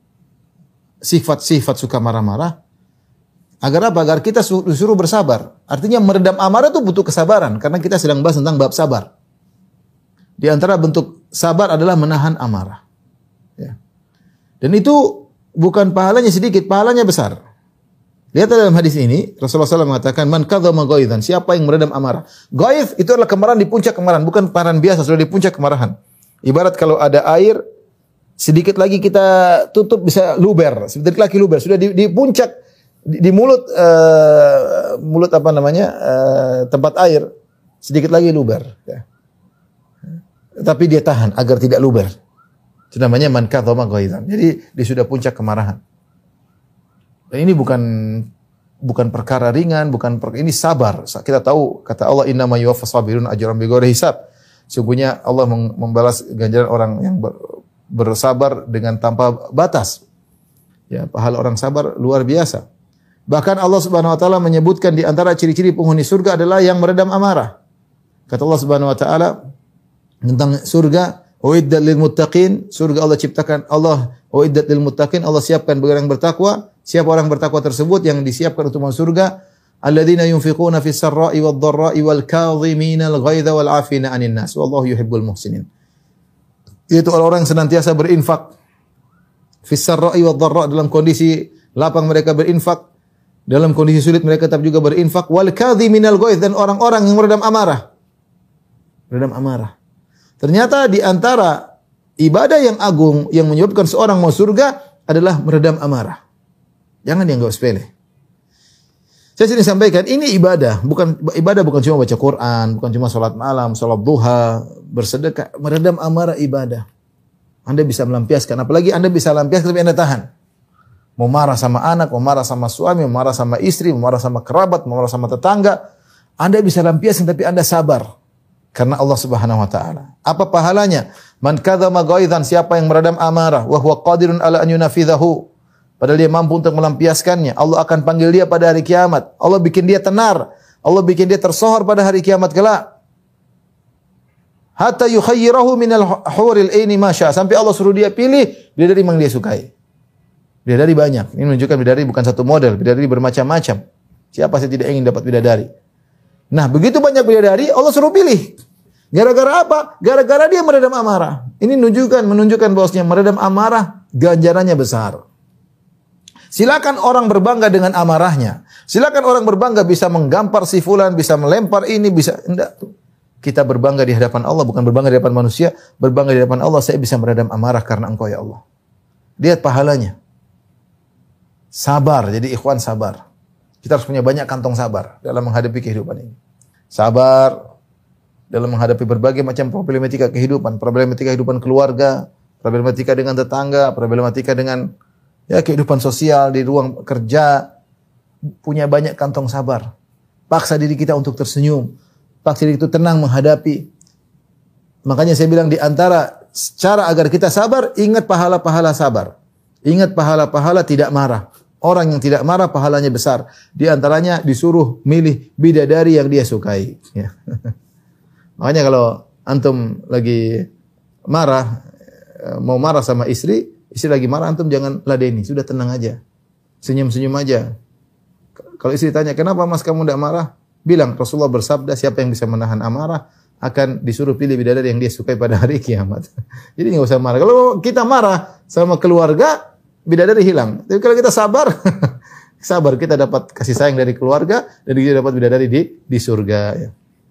sifat-sifat suka marah-marah. Agar apa? Agar kita disuruh bersabar. Artinya meredam amarah itu butuh kesabaran. Karena kita sedang bahas tentang bab sabar. Di antara bentuk sabar adalah menahan amarah. Ya. Dan itu bukan pahalanya sedikit, pahalanya besar. Lihat dalam hadis ini, Rasulullah SAW mengatakan, Man kadzama ghaidhan, siapa yang meredam amarah. Ghaidh itu adalah kemarahan di puncak kemarahan. Bukan kemarahan biasa, sudah di puncak kemarahan. Ibarat kalau ada air, sedikit lagi kita tutup bisa luber. Sedikit lagi luber. Sudah di puncak, di mulut apa namanya tempat air sedikit lagi luber ya. Tapi dia tahan agar tidak luber. Itu namanya man kadzama ghaidhan. Jadi dia sudah puncak kemarahan. Dan ini bukan perkara ringan, ini sabar. Kita tahu kata Allah innama yuwaffas sabirun ajran bighairi hisab. Sungguhnya Allah membalas ganjaran orang yang bersabar dengan tanpa batas. Ya, pahala orang sabar luar biasa. Bahkan Allah Subhanahu wa taala menyebutkan di antara ciri-ciri penghuni surga adalah yang meredam amarah. Kata Allah Subhanahu wa taala tentang surga, uiddat lil muttaqin, surga Allah ciptakan Allah uiddat lil muttaqin, Allah siapkan bagi orang bertakwa. Siapa orang bertakwa tersebut yang disiapkan untuk masuk surga? Alladzina yunfiquna fis sarra'i wad dharra'i wal kadhimina al ghaidha wal 'afina 'anil nas wallahu yuhibbul muhsinin. Itu orang-orang yang senantiasa berinfak fis sarra'i wad dharra' dalam kondisi lapang mereka berinfak. Dalam kondisi sulit mereka tetap juga berinfak. Wal kadhiminal ghaidh, dan orang-orang yang meredam amarah. Meredam amarah. Ternyata di antara ibadah yang agung yang menyebabkan seorang masuk surga adalah meredam amarah. Jangan dianggap sepele. Saya sering sampaikan, ini ibadah bukan cuma baca Quran, bukan cuma salat malam, salat duha, bersedekah, meredam amarah ibadah. Anda bisa melampiaskan, apalagi Anda bisa lampiaskan tapi Anda tahan. Mau marah sama anak, mau marah sama suami, mau marah sama istri, mau marah sama kerabat, mau marah sama tetangga. Anda bisa lampiaskan tapi Anda sabar. karena Allah Subhanahu wa taala. Apa pahalanya? Man kadzama ghaizan, siapa yang meredam amarah, wa huwa qadirun ala an yunafidhahu, padahal dia mampu untuk melampiaskannya, Allah akan panggil dia pada hari kiamat. Allah bikin dia tenar, Allah bikin dia tersohor pada hari kiamat kelak. Hatta yukhayyirahu minal huril aini ma syaa, sampai Allah suruh dia pilih bidadari yang dia sukai. Bidadari banyak. Ini menunjukkan bidadari bukan satu model, bidadari bermacam-macam. Siapa sih tidak ingin dapat bidadari? Nah, begitu banyak bidadari, Allah suruh pilih. Gara-gara apa? Gara-gara dia meredam amarah. Ini menunjukkan bahwasanya meredam amarah ganjarannya besar. Silakan orang berbangga dengan amarahnya. Silakan orang berbangga bisa menggampar si fulan, bisa melempar ini, bisa enggak. Kita berbangga di hadapan Allah, bukan berbangga di hadapan manusia, berbangga di hadapan Allah, saya bisa meredam amarah karena Engkau ya Allah. Lihat pahalanya. Sabar, jadi ikhwan sabar. Kita harus punya banyak kantong sabar dalam menghadapi kehidupan ini. Sabar dalam menghadapi berbagai macam problematika kehidupan, problematika kehidupan keluarga, problematika dengan tetangga, problematika dengan kehidupan sosial di ruang kerja. Punya banyak kantong sabar. Paksa diri kita untuk tersenyum. Paksa diri itu tenang menghadapi. Makanya saya bilang di antara cara agar kita sabar, ingat pahala-pahala sabar. Ingat pahala-pahala tidak marah. Orang yang tidak marah pahalanya besar. Di antaranya disuruh milih bidadari yang dia sukai. Ya. Makanya kalau antum lagi marah, mau marah sama istri lagi marah, antum jangan ladeni. Sudah tenang aja. Senyum-senyum aja. Kalau istri tanya, kenapa mas kamu tidak marah? Bilang, Rasulullah bersabda, siapa yang bisa menahan amarah akan disuruh pilih bidadari yang dia sukai pada hari kiamat. Jadi nggak usah marah. Kalau kita marah sama keluarga, bidadari hilang. Tapi kalau kita sabar, sabar kita dapat kasih sayang dari keluarga dan kita dapat bidadari di surga. Ya.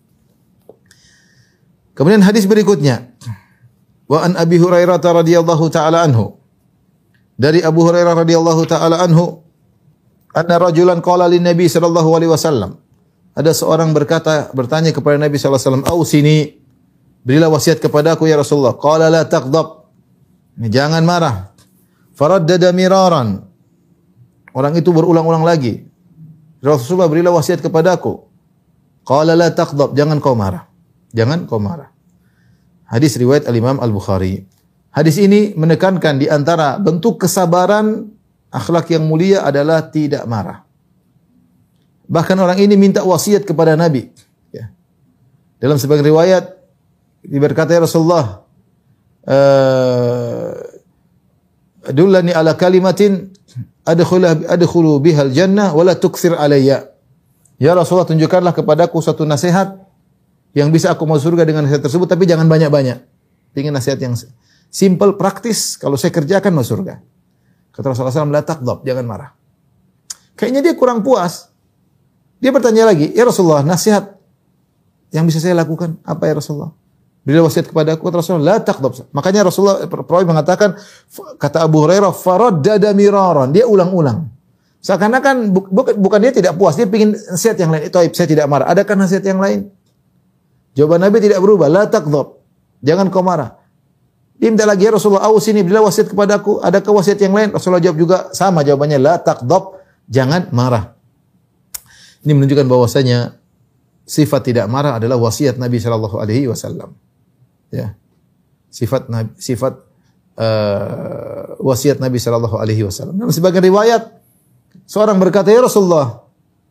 Kemudian hadis berikutnya, wa an Abi Hurairah radhiyallahu taala anhu. Dari Abu Hurairah radhiyallahu taala anhu, anna rajulan qala lin Nabi sallallahu alaihi wasallam. Ada seorang bertanya kepada Nabi sallallahu alaihi wasallam, "Ausini, berilah wasiat kepadaku ya Rasulullah." Qala la taghdab. Jangan marah. Faraddada miraran. Orang itu berulang-ulang lagi. Rasulullah, berilah wasiat kepadaku. Qala la taghdab, jangan kau marah. Jangan kau marah. Hadis riwayat Al-Imam Al-Bukhari. Hadis ini menekankan di antara bentuk kesabaran akhlak yang mulia adalah tidak marah. Bahkan orang ini minta wasiat kepada Nabi. Ya. Dalam sebagian riwayat berkata ya Rasulullah, adullani ala kalimatin adkhulu bihal jannah wala tukthir alayya. Ya Rasulullah, tunjukkanlah kepadaku suatu nasihat yang bisa aku masuk surga dengan nasihat tersebut, tapi jangan banyak-banyak. Ingin nasihat yang simple, praktis, kalau saya kerjakan masuk surga. Kata Rasulullah SAW, la taghdab, jangan marah. Kayaknya dia kurang puas. Dia bertanya lagi, ya Rasulullah, nasihat yang bisa saya lakukan apa ya Rasulullah? Berilah wasiat kepadaku. Kata Rasulullah, la taghdab. Makanya Rasulullah perawi mengatakan, kata Abu Hurairah, faraddada miraran. Dia ulang-ulang. Seakan-akan bukan dia tidak puas, dia ingin nasihat yang lain. Itu saya tidak marah. Adakah nasihat yang lain? Jawaban Nabi tidak berubah, la taghdab. Jangan kau marah. Dia minta lagi, ya Rasulullah, ausini, berilah wasiat kepadaku. Adakah wasiat yang lain? Rasulullah jawab juga sama jawabannya, la taghdab. Jangan marah. Ini menunjukkan bahwasanya sifat tidak marah adalah wasiat Nabi sallallahu alaihi wasallam. Ya. Sifat wasiat Nabi sallallahu alaihi wasallam. Dalam sebagian riwayat seorang berkata, "Ya Rasulullah,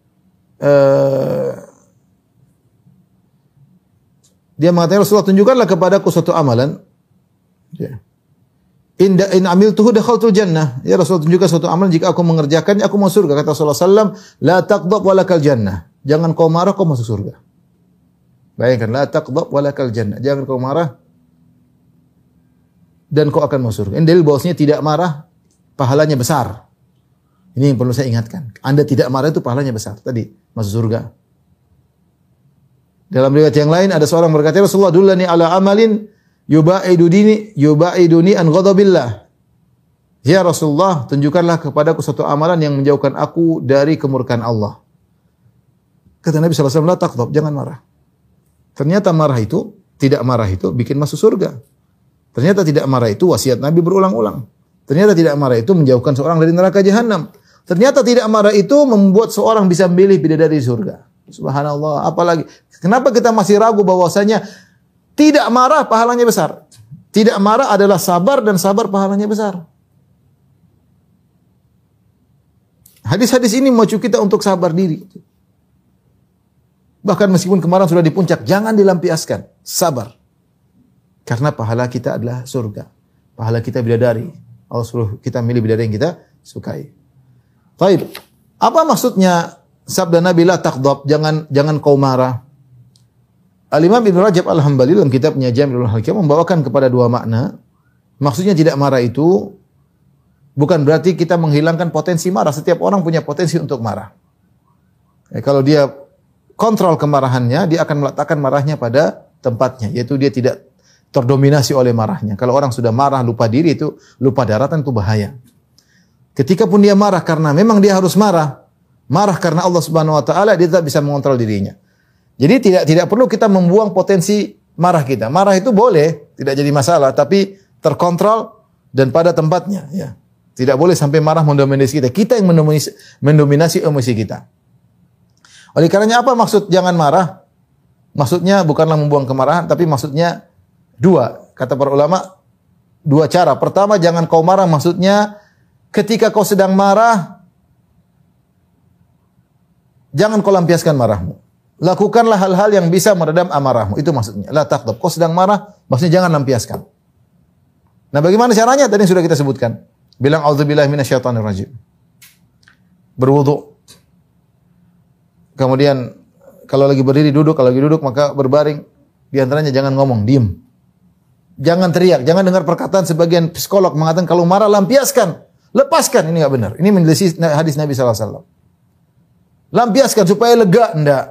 dia mengatakan, Rasulullah, tunjukkanlah kepadaku suatu amalan. Ya. In amiltuhu dakhaltul jannah. Ya Rasulullah, tunjukkan suatu amalan, jika aku mengerjakannya aku masuk surga." Kata Rasulullah sallam, "La taghdab walakal jannah." Jangan kau marah, kau masuk surga. Bayangkan, la taghdab walakal jannah. Jangan kau marah dan kau akan masuk surga. Ini dalil bahwasanya tidak marah pahalanya besar. Ini yang perlu saya ingatkan. Anda tidak marah itu pahalanya besar. Tadi masuk surga. Dalam riwayat yang lain ada seorang berkata, Rasulullah, dullani ala amalin yubaiduni an ghadabillah. Ya Rasulullah, tunjukkanlah kepadaku suatu amalan yang menjauhkan aku dari kemurkaan Allah. Kata Nabi sallallahu alaihi wasallam, la taghdab, jangan marah. Ternyata tidak marah itu bikin masuk surga. Ternyata tidak marah itu wasiat Nabi berulang-ulang. Ternyata tidak marah itu menjauhkan seorang dari neraka jahanam. Ternyata tidak marah itu membuat seorang bisa memilih bidadari surga. Subhanallah, apalagi. Kenapa kita masih ragu bahwasanya tidak marah pahalanya besar? Tidak marah adalah sabar dan sabar pahalanya besar. Hadis-hadis ini memacu kita untuk sabar diri. Bahkan meskipun kemarahan sudah di puncak, jangan dilampiaskan. Sabar. Karena pahala kita adalah surga. Pahala kita bidadari. Allah suruh kita milih bidadari yang kita sukai. Baik. Apa maksudnya sabda Nabi la taghdab, jangan kau marah? Al-Imam Ibnu Rajab Al-Hambali dalam kitabnya Jami'ul Hikam membawakan kepada dua makna. Maksudnya tidak marah itu bukan berarti kita menghilangkan potensi marah. Setiap orang punya potensi untuk marah. Kalau dia kontrol kemarahannya, dia akan meletakkan marahnya pada tempatnya, yaitu dia tidak terdominasi oleh marahnya. Kalau orang sudah marah, lupa diri, itu lupa daratan, itu bahaya. Ketika pun dia marah karena memang dia harus marah karena Allah Subhanahu wa taala, dia tidak bisa mengontrol dirinya. Jadi tidak perlu kita membuang potensi marah kita. Marah itu boleh, tidak jadi masalah, tapi terkontrol dan pada tempatnya, ya. Tidak boleh sampai marah mendominasi kita. Kita yang mendominasi emosi kita. Oleh karenanya apa maksud jangan marah? Maksudnya bukanlah membuang kemarahan, tapi maksudnya dua. Kata para ulama, dua cara. Pertama, jangan kau marah, maksudnya ketika kau sedang marah, jangan kau lampiaskan marahmu. Lakukanlah hal-hal yang bisa meredam amarahmu. Itu maksudnya. La taghdab. Kau sedang marah, maksudnya jangan lampiaskan. Nah, bagaimana caranya? Tadi sudah kita sebutkan. Bilang auzubillahi minasyaitonir rajim. Berwudu. Kemudian kalau lagi berdiri duduk, kalau lagi duduk maka berbaring. Di antaranya jangan ngomong, diam. Jangan teriak, jangan dengar perkataan sebagian psikolog mengatakan kalau marah lampiaskan, lepaskan. Ini enggak benar. Ini menyelisih hadis Nabi sallallahu alaihi wasallam. Lampiaskan supaya lega, enggak.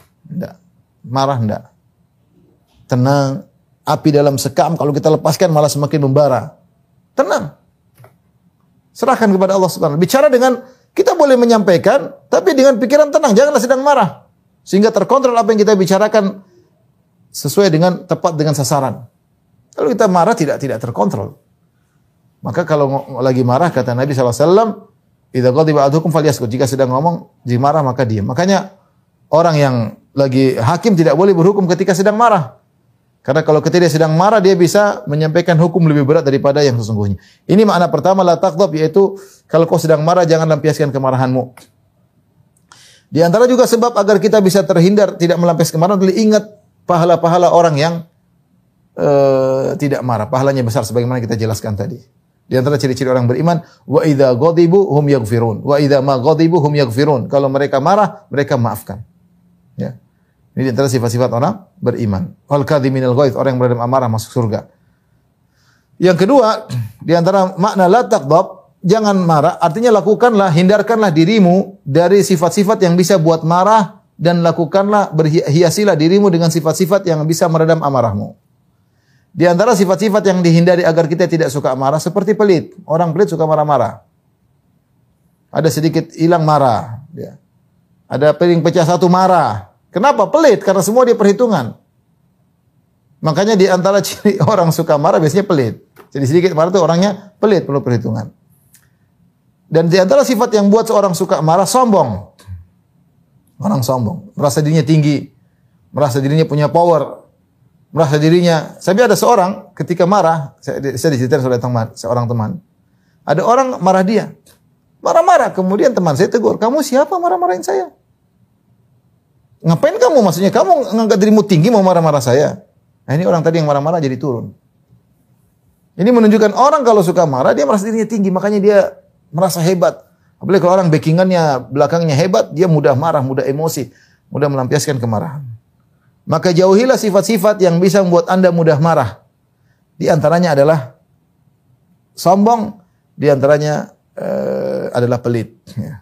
Marah enggak. Tenang. Api dalam sekam kalau kita lepaskan malah semakin membara. Tenang. Serahkan kepada Allah Subhanahu wa taala. Bicara dengan, kita boleh menyampaikan tapi dengan pikiran tenang, janganlah sedang marah. Sehingga terkontrol apa yang kita bicarakan sesuai dengan tepat dengan sasaran. Kalau kita marah tidak terkontrol. Maka kalau lagi marah kata Nabi sallallahu alaihi wasallam, "Idza ghadiba ahadukum falyaskut." Jika sedang ngomong, jika marah maka diam. Makanya orang yang lagi hakim tidak boleh berhukum ketika sedang marah. Karena kalau ketika dia sedang marah, dia bisa menyampaikan hukum lebih berat daripada yang sesungguhnya. Ini makna pertama, la taghdab, yaitu kalau kau sedang marah, jangan lampiaskan kemarahanmu. Di antara juga sebab agar kita bisa terhindar tidak melampiaskan kemarahan, adalah ingat pahala-pahala orang yang tidak marah. Pahalanya besar sebagaimana kita jelaskan tadi. Di antara ciri-ciri orang beriman, wa idza ghadibu hum yaghfirun, wa idza ma ghadibu hum yaghfirun. Kalau mereka marah, mereka maafkan. Ya. Ini di antara sifat-sifat orang beriman. Wal kadhiminal ghaidz, orang yang meredam amarah masuk surga. Yang kedua, di antara makna la taghdab, jangan marah, artinya lakukanlah, hindarkanlah dirimu dari sifat-sifat yang bisa buat marah dan lakukanlah, berhiasilah dirimu dengan sifat-sifat yang bisa meredam amarahmu. Di antara sifat-sifat yang dihindari agar kita tidak suka marah seperti pelit. Orang pelit suka marah-marah. Ada sedikit hilang marah, ya. Ada piring pecah satu marah. Kenapa? Pelit, karena semua dia perhitungan. Makanya di antara ciri orang suka marah biasanya pelit. Jadi sedikit marah itu orangnya pelit, perlu perhitungan. Dan di antara sifat yang buat seorang suka marah, sombong. Orang sombong, merasa dirinya tinggi, merasa dirinya punya power, merasa dirinya. Saya ada seorang ketika marah, saya diceritain oleh seorang teman. Ada orang marah dia. Marah-marah, kemudian teman saya tegur, "Kamu siapa marah-marahin saya? Ngapain kamu? Maksudnya kamu ngangkat dirimu tinggi mau marah-marah saya?" Nah, ini orang tadi yang marah-marah jadi turun. Ini menunjukkan orang kalau suka marah, dia merasa dirinya tinggi, makanya dia merasa hebat. Apalagi kalau orang backingannya, belakangnya hebat, dia mudah marah, mudah emosi, mudah melampiaskan kemarahan. Maka jauhilah sifat-sifat yang bisa membuat Anda mudah marah. Di antaranya adalah sombong, di antaranya adalah pelit. Ya.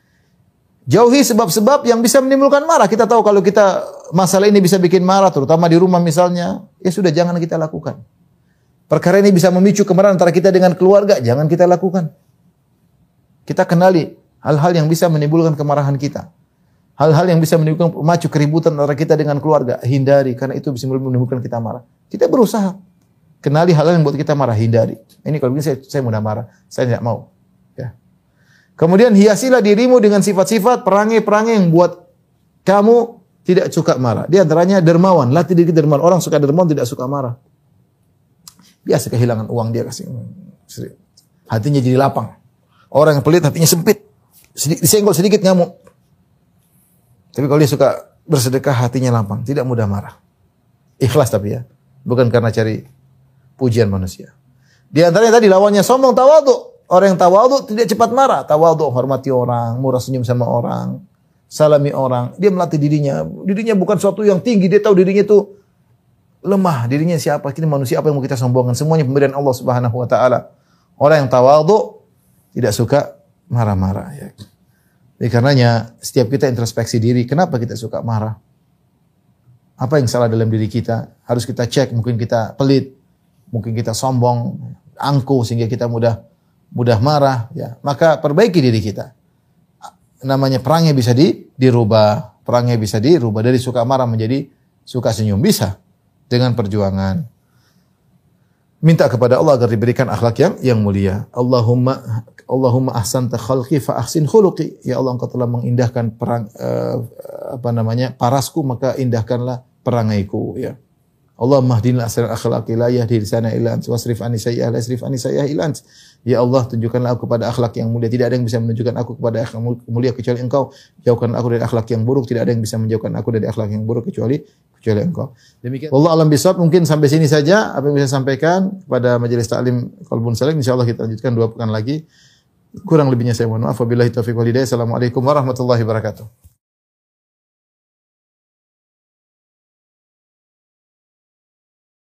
Jauhi sebab-sebab yang bisa menimbulkan marah. Kita tahu kalau kita masalah ini bisa bikin marah, terutama di rumah misalnya, ya sudah jangan kita lakukan. Perkara ini bisa memicu kemarahan antara kita dengan keluarga, jangan kita lakukan. Kita kenali hal-hal yang bisa menimbulkan kemarahan kita. Hal-hal yang bisa menimbulkan memacu keributan antara kita dengan keluarga, hindari, karena itu bisa menimbulkan kita marah. Kita berusaha kenali hal-hal yang buat kita marah, hindari. Ini kalau begini saya mudah marah, saya tidak mau. Ya. Kemudian hiasilah dirimu dengan sifat-sifat perangai-perangai yang buat kamu tidak suka marah. Di antaranya dermawan, latih diri dermawan. Orang suka dermawan tidak suka marah. Biasa kehilangan uang dia kasih. Hatinya jadi lapang. Orang yang pelit hatinya sempit. Disenggol sedikit ngamuk. Tapi kalau dia suka bersedekah hatinya lapang, tidak mudah marah. Ikhlas tapi ya, bukan karena cari pujian manusia. Di antaranya tadi lawannya sombong, tawadhu. Orang yang tawadhu tidak cepat marah. Tawadhu, hormati orang, murah senyum sama orang, salami orang. Dia melatih dirinya. Dirinya bukan sesuatu yang tinggi. Dia tahu dirinya itu lemah. Dirinya siapa? Kita manusia, apa yang mau kita sombongkan? Semuanya pemberian Allah Subhanahu wa taala. Orang yang tawadhu tidak suka marah-marah ya. Jadi karenanya setiap kita introspeksi diri, kenapa kita suka marah? Apa yang salah dalam diri kita? Harus kita cek, mungkin kita pelit, mungkin kita sombong, angkuh sehingga kita mudah marah ya. Maka perbaiki diri kita. Namanya perangnya bisa dirubah. Perangnya bisa dirubah dari suka marah menjadi suka senyum, bisa dengan perjuangan. Minta kepada Allah agar diberikan akhlak yang mulia. Allahumma ahsanta khalqi fa ahsin khuluqi. Ya Allah, Engkau telah mengindahkan parasku, maka indahkanlah perangaiku ya. Allahumma hdina asral akhlaqi la yahdi lisana illa anta wasrif anni sayyi'ah la yasrif anni sayyi'ah illa anta. Ya Allah, tunjukkanlah aku pada akhlak yang mulia. Tidak ada yang bisa menunjukkan aku kepada akhlak yang mulia kecuali Engkau. Jauhkanlah aku dari akhlak yang buruk. Tidak ada yang bisa menjauhkan aku dari akhlak yang buruk kecuali Engkau. Demikian. Wallahu a'lam bishawab. Mungkin sampai sini saja apa yang bisa saya sampaikan pada majelis taklim Qalbun Salim. Insyaallah kita lanjutkan 2 pekan lagi. Kurang lebihnya saya mohon maaf. Wabillahi taufiq wal hidayah. Assalamualaikum warahmatullahi wabarakatuh.